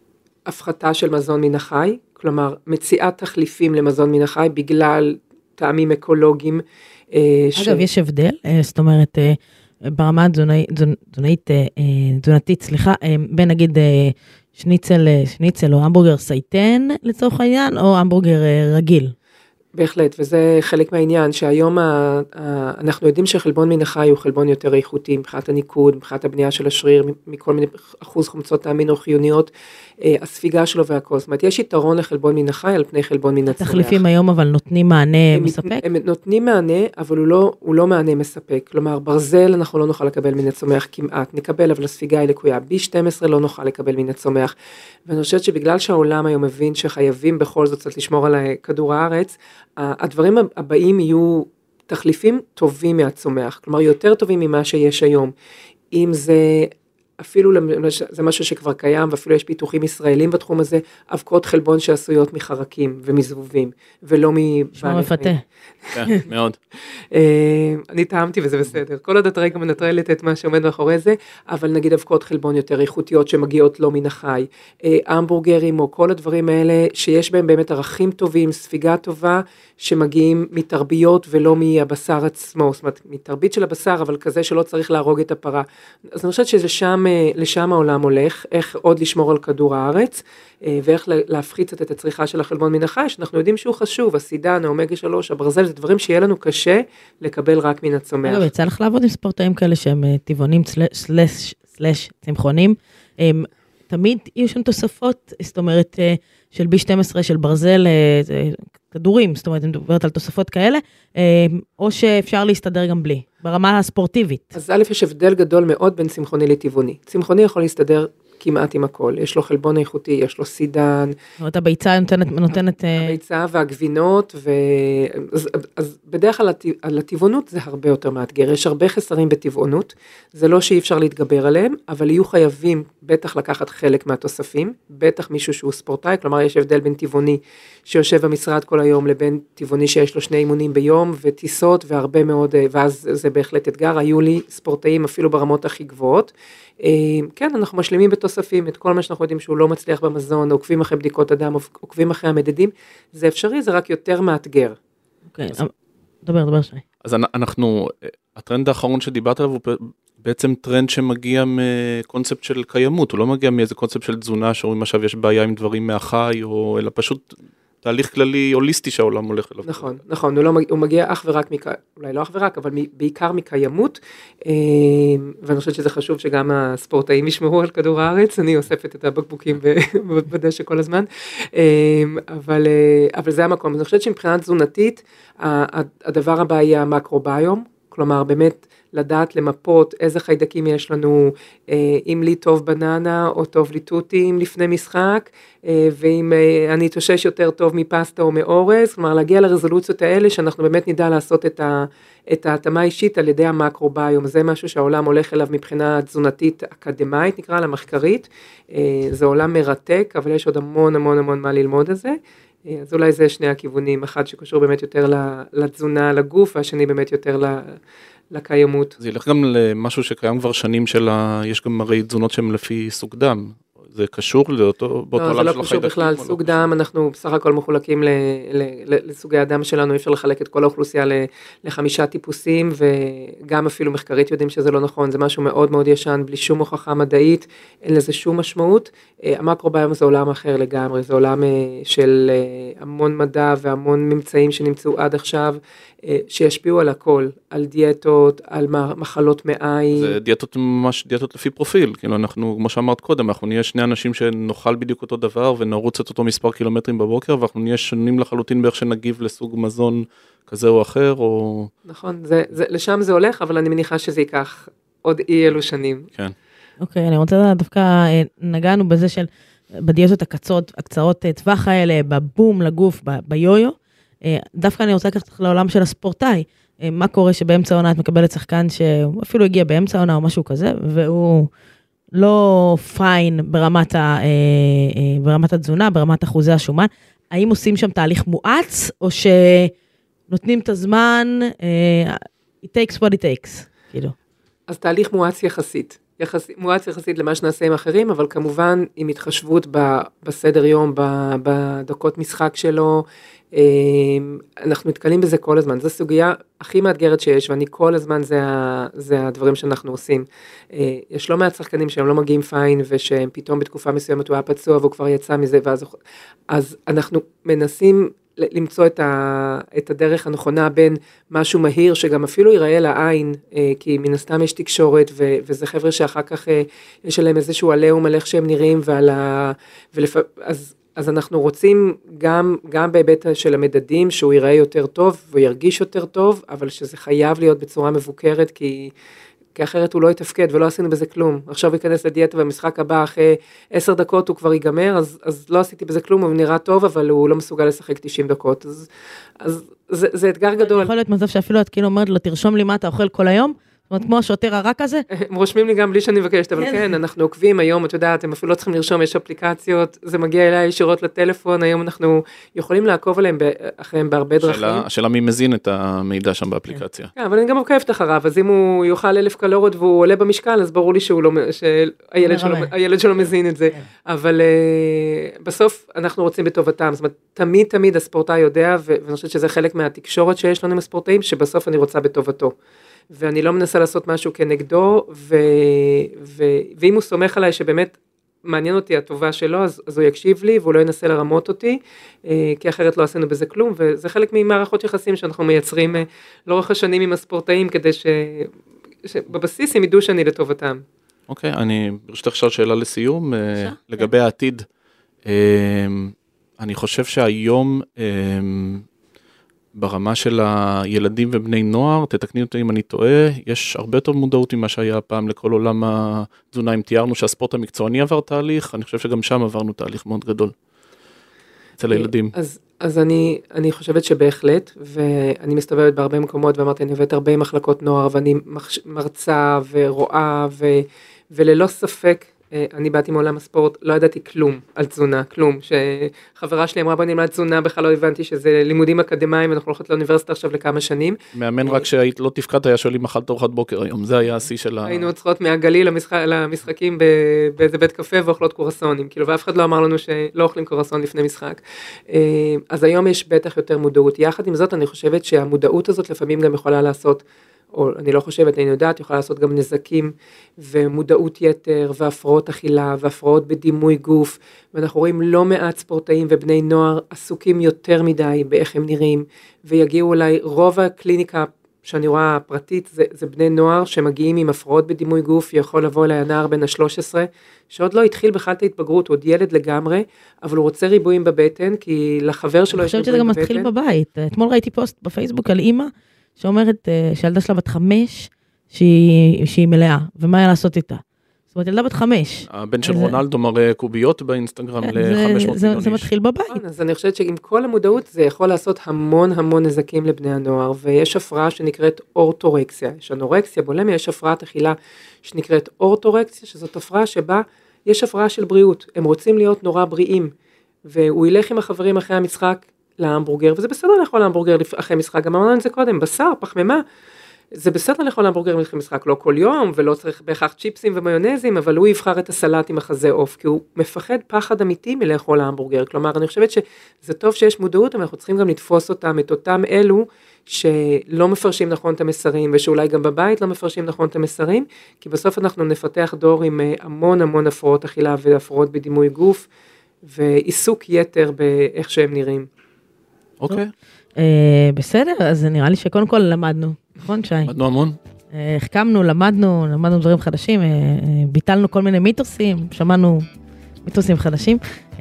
הפחתה של מזון מן החי, כלומר, מציאת תחליפים למזון מן החי, בגלל טעמים אקולוגיים. אגב, ש... יש הבדל, זאת אומרת, ברמה התזונאית, תזונאית, תזונתית, סליחה, בין נגיד שניצל, שניצל או המבורגר סייטן לצורך העניין, או המבורגר רגיל. בהחלט, וזה חלק מהעניין, שהיום ה, ה, אנחנו יודעים שחלבון מן החי הוא חלבון יותר איכותי, מבחינת הניקוד, מבחינת הבנייה של השריר, מכל מיני אחוז חומצות האמינו חיוניות, הספיגה שלו והכל. זאת אומרת, יש יתרון לחלבון מן החי על פני חלבון מן הצומח. התחליפים היום אבל נותנים מענה הם, מספק? הם נותנים מענה, אבל הוא לא, הוא לא מענה מספק. כלומר, ברזל אנחנו לא נוכל לקבל מן הצומח כמעט, נקבל, אבל הספיגה היא לקויה. בי שתים עשרה לא נוכל לקבל מן הצומח. ואני חושבת שבגלל שהעולם היום מבין שחייבים בכל זאת קצת לשמור על כדור הארץ, הדברים הבאים יהיו תחליפים טובים מהצומח, כלומר יותר טובים ממה שיש היום. אם זה אפילו, זה משהו שכבר קיים, ואפילו יש פיתוחים ישראלים בתחום הזה, אבקות חלבון שעשויות מחרקים ומזבובים, ולא מבעלי חיים. מפתה. כן, מאוד. אני טעמתי וזה בסדר. כל עוד את רגע מנטרלת את מה שעומד מאחורי זה, אבל נגיד אבקות חלבון יותר איכותיות שמגיעות לא מן החי, המבורגרים או כל הדברים האלה, שיש בהם באמת ערכים טובים, ספיגה טובה, שמגיעים מתרביות ולא מהבשר עצמו, זאת אומרת, מתרבית של הבשר, אבל כזה שלא צריך להרוג את הפרה. אז אני חושבת שזה שם, לשם העולם הולך, איך עוד לשמור על כדור הארץ, ואיך להפחית את הצריכה של החלבון מן החי, שאנחנו יודעים שהוא חשוב, הסידן, האומגה שלוש, הברזל, זה דברים שיהיה לנו קשה לקבל רק מן הצומח. אגב, יצא לך לעבוד עם ספורטאים כאלה שהם טבעונים סלש צמחונים, תמיד יהיו שם תוספות, זאת אומרת, של בי שתים עשרה, של ברזל, כדורים, זאת אומרת, אני מדברת על תוספות כאלה, או שאפשר להסתדר גם בלי, ברמה הספורטיבית. אז א', יש הבדל גדול מאוד בין צמחוני לטבעוני. צמחוני יכול להסתדר כמעט עם הכל, יש לו חלבון איכותי, יש לו סידן. זאת אומרת, הביצה נותנת... נותנת הביצה והגבינות, ו... אז, אז בדרך כלל על הטבעונות זה הרבה יותר מאתגר, יש הרבה חסרים בטבעונות, זה לא שאי אפשר להתגבר עליהם, אבל יהיו חייבים בטח לקחת חלק מהתוספים, בטח מישהו שהוא ספורטאי, כלומר יש הבדל בין טבעוני שיושב במשרד כל היום, לבין טבעוני שיש לו שני אימונים ביום, וטיסות והרבה מאוד, ואז זה בהחלט אתגר, היו לי ספורטאים אפילו ברמות הכי גבוהות, כן, אנחנו משלימים בתוספים את כל מה שאנחנו יודעים שהוא לא מצליח במזון, עוקבים אחרי בדיקות אדם, עוקבים אחרי המדדים, זה אפשרי, זה רק יותר מאתגר. אוקיי, דבר, דבר שי. אז אנחנו, הטרנד האחרון שדיברת עליו הוא בעצם טרנד שמגיע מקונספט של קיימות, הוא לא מגיע מאיזה קונספט של תזונה, שאומרים עכשיו יש בעיה עם דברים מהחי, אלא פשוט תהליך כללי הוליסטי שהעולם הולך אליו. נכון, נכון, הוא, לא, הוא מגיע אך ורק, מק... אולי לא אך ורק, אבל בעיקר מקיימות, ואני חושבת שזה חשוב שגם הספורטאים ישמרו על כדור הארץ, אני אוספת את הבקבוקים בדשא כל הזמן, אבל, אבל זה המקום. אני חושבת שמבחינת תזונתית, הדבר הבא יהיה המקרוביום, כלומר באמת לדעת למפות איזה חיידקים יש לנו, אם לי טוב בננה או טוב לי טוטים לפני משחק, ואם אני אתאושש יותר טוב מפסטה או מאורז, כלומר להגיע לרזולוציות האלה שאנחנו באמת נדע לעשות את, ה, את ההתאמה האישית על ידי המקרוביום, זה משהו שהעולם הולך אליו מבחינה תזונתית אקדמית, נקרא לה מחקרית, זה עולם מרתק, אבל יש עוד המון המון המון מה ללמוד על זה, אז אולי זה שני הכיוונים, אחד שקשור באמת יותר לתזונה, לגוף, והשני באמת יותר לקיימות. זה ילך גם למשהו שקיים כבר שנים של ה... יש גם הרי תזונות שהן לפי סוג דם. זה קשור לאותו, באותו עולם של החיידקים? לא, זה לא קשור בכלל, סוג דם, אנחנו בסך הכל מחולקים לסוגי הדם שלנו, אי אפשר לחלק את כל האוכלוסייה לחמישה טיפוסים, וגם אפילו מחקרית יודעים שזה לא נכון, זה משהו מאוד מאוד ישן, בלי שום הוכחה מדעית, אין לזה שום משמעות, המקרוביום זה עולם אחר לגמרי, זה עולם של המון מדע והמון ממצאים שנמצאו עד עכשיו, שישפיעו על הכל, על דיאטות, על מחלות מעיים. זה דיאטות ממש, דיאטות לפי פרופיל, כאילו אנחנו, כמו שאמרת קודם, אנחנו נהיה שני אנשים שנאכל בדיוק אותו דבר, ונרוץ את אותו מספר קילומטרים בבוקר, ואנחנו נהיה שונים לחלוטין באיך שנגיב לסוג מזון כזה או אחר, או... נכון, זה, זה, לשם זה הולך, אבל אני מניחה שזה ייקח עוד אי אלו שנים. כן. אוקיי, אני רוצה דווקא, נגענו בזה של, בדיאטות הקצרות, הקצרות טווח האלה, בבום לגוף, ב, ביו-יו, דווקא אני רוצה לקחת לעולם של הספורטאי, מה קורה שבאמצע העונה את מקבלת שחקן שהוא אפילו הגיע באמצע העונה או משהו כזה, והוא לא פיין ברמת, ה, ברמת התזונה, ברמת אחוזי השומן, האם עושים שם תהליך מואץ, או שנותנים את הזמן, it takes what it takes, כאילו. אז תהליך מואץ יחסית. יחס, מואץ יחסית למה שנעשה עם אחרים, אבל כמובן עם התחשבות ב, בסדר יום, ב, בדקות משחק שלו, אנחנו מתקלים בזה כל הזמן, זו סוגיה הכי מאתגרת שיש, ואני כל הזמן זה, זה הדברים שאנחנו עושים. יש לא מעט שחקנים שהם לא מגיעים פיין, ושהם פתאום בתקופה מסוימת הוא היה פצוע, והוא כבר יצא מזה, ואז, אז אנחנו מנסים למצוא את, ה, את הדרך הנכונה בין משהו מהיר, שגם אפילו ייראה לעין, כי מן הסתם יש תקשורת, ו, וזה חבר'ה שאחר כך יש עליהם איזשהו עליהום על איך שהם נראים, ועל ה... ולפ... אז, אז אנחנו רוצים גם, גם בהיבט של המדדים, שהוא ייראה יותר טוב, וירגיש יותר טוב, אבל שזה חייב להיות בצורה מבוקרת, כי... כי אחרת הוא לא יתפקד, ולא עשינו בזה כלום. עכשיו הוא ייכנס לדיאטה, והמשחק הבא, אחרי עשר דקות הוא כבר ייגמר, אז, אז לא עשיתי בזה כלום, הוא נראה טוב, אבל הוא לא מסוגל לשחק תשעים דקות. אז, אז זה, זה אתגר גדול. יכול להיות מצב שאפילו את כאילו אומרת לו, תרשום לי מה אתה אוכל כל היום, זאת אומרת, כמו השוטר הרע כזה. הם רושמים לי גם בלי שאני מבקשת, אבל כן, אנחנו עוקבים היום, את יודעת, הם אפילו לא צריכים לרשום, יש אפליקציות, זה מגיע אליי ישירות לטלפון, היום אנחנו יכולים לעקוב עליהם אחריהם בהרבה דרכים. השאלה מי מזין את המידע שם באפליקציה. כן, אבל אני גם עוקבת אחריו, אז אם הוא יאכל אלף קלוריות והוא עולה במשקל, אז ברור לי שהילד שלו מזין את זה. אבל בסוף אנחנו רוצים בטובתם, זאת אומרת, תמיד תמיד הספורטאי יודע, ואני חושבת שזה חלק מהתקשורת שיש לנו עם הספורטאים, שבסוף אני רוצה בטובתו. ואני לא מנסה לעשות משהו כנגדו, ו... ו... ואם הוא סומך עליי שבאמת מעניין אותי הטובה שלו, אז, אז הוא יקשיב לי, והוא לא ינסה לרמות אותי, כי אחרת לא עשינו בזה כלום, וזה חלק ממערכות יחסים שאנחנו מייצרים לאורך השנים עם הספורטאים, כדי ש... שבבסיס הם ידעו שאני לטובתם. אוקיי, אני ברשותך שאל שאלה לסיום, לגבי העתיד. אני חושב שהיום... ברמה של הילדים ובני נוער, תתקני אותי אם אני טועה, יש הרבה יותר מודעות ממה שהיה פעם לכל עולם התזונה, אם תיארנו שהספורט המקצועני עבר תהליך, אני חושב שגם שם עברנו תהליך מאוד גדול, אצל הילדים. אז, אז אני, אני חושבת שבהחלט, ואני מסתובבת בהרבה מקומות, ואמרתי, אני עובדת הרבה מחלקות נוער, ואני מרצה ורואה, ו, וללא ספק, אני באתי מעולם הספורט, לא ידעתי כלום על תזונה, כלום, שחברה שלי אמרה בוא נלמד תזונה, בכלל לא הבנתי שזה לימודים אקדמיים, ואנחנו הולכות לאוניברסיטה עכשיו לכמה שנים. מאמן רק שהיית לא תפקדת, היה שואלים אכל תארוחת בוקר היום, זה היה השיא של ה... היינו צריכות מהגליל למשחקים באיזה בית קפה ואוכלות קורסונים, כאילו, ואף אחד לא אמר לנו שלא אוכלים קורסון לפני משחק. אז היום יש בטח יותר מודעות. יחד עם זאת, אני חושבת שהמודעות הזאת לפעמים גם יכולה לעשות או אני לא חושבת, אני יודעת, יכולה לעשות גם נזקים ומודעות יתר והפרעות אכילה והפרעות בדימוי גוף, ואנחנו רואים לא מעט ספורטאים ובני נוער עסוקים יותר מדי באיך הם נראים, ויגיעו אולי רוב הקליניקה שאני רואה פרטית, זה, זה בני נוער שמגיעים עם הפרעות בדימוי גוף, יכול לבוא אליי הנער בן ה-שלוש עשרה, שעוד לא התחיל בכלל את ההתבגרות, הוא עוד ילד לגמרי, אבל הוא רוצה ריבועים בבטן, כי לחבר שלו יש ריבועים בבטן. אני חושבת שזה גם מתחיל בבית. אתמול ראיתי פוסט בפייסבוק על אמא, שאומרת שילדה שלה בת חמש, שהיא, שהיא מלאה, ומה היה לעשות איתה? זאת אומרת, ילדה בת חמש. הבן של רונלדו מראה קוביות באינסטגרם ל-חמש מאות מיליון איש. זה מתחיל בבית. אז אני חושבת שעם כל המודעות, זה יכול לעשות המון המון נזקים לבני הנוער, ויש הפרעה שנקראת אורטורקסיה. יש אנורקסיה, בולמיה, יש הפרעת אכילה שנקראת אורטורקסיה, שזאת הפרעה שבה יש הפרעה של בריאות. הם רוצים להיות נורא בריאים, והוא ילך עם החברים אחרי המשחק, להמבורגר, וזה בסדר לאכול להמבורגר אחרי משחק, גם אמרנו את זה קודם, בשר, פחמימה, זה בסדר לאכול להמבורגר אחרי משחק, לא כל יום, ולא צריך בהכרח צ'יפסים ומיונזים, אבל הוא יבחר את הסלט עם החזה עוף, כי הוא מפחד פחד אמיתי מלאכול להמבורגר, כלומר, אני חושבת שזה טוב שיש מודעות, אבל אנחנו צריכים גם לתפוס אותם, את אותם אלו, שלא מפרשים נכון את המסרים, ושאולי גם בבית לא מפרשים נכון את המסרים, כי בסוף אנחנו נפתח דור עם המון המון הפרעות אכילה, והפרעות בדימוי גוף, ועיסוק יתר באיך שהם נראים. אוקיי. בסדר, אז נראה לי שקודם כל למדנו, נכון שי? למדנו המון. החכמנו, למדנו, למדנו דברים חדשים, ביטלנו כל מיני מיתוסים, שמענו מיתוסים חדשים.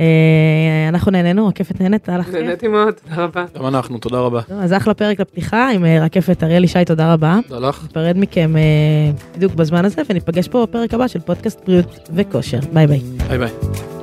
אנחנו נהנינו, רקפת נהנית, היה לך כיף? נהניתי מאוד, תודה רבה. גם אנחנו, תודה רבה. אז אחלה פרק לפתיחה עם רקפת אריאלי שי, תודה רבה. תודה לך. נפרד מכם בדיוק בזמן הזה, וניפגש פה בפרק הבא של פודקאסט בריאות וכושר. ביי ביי. ביי ביי.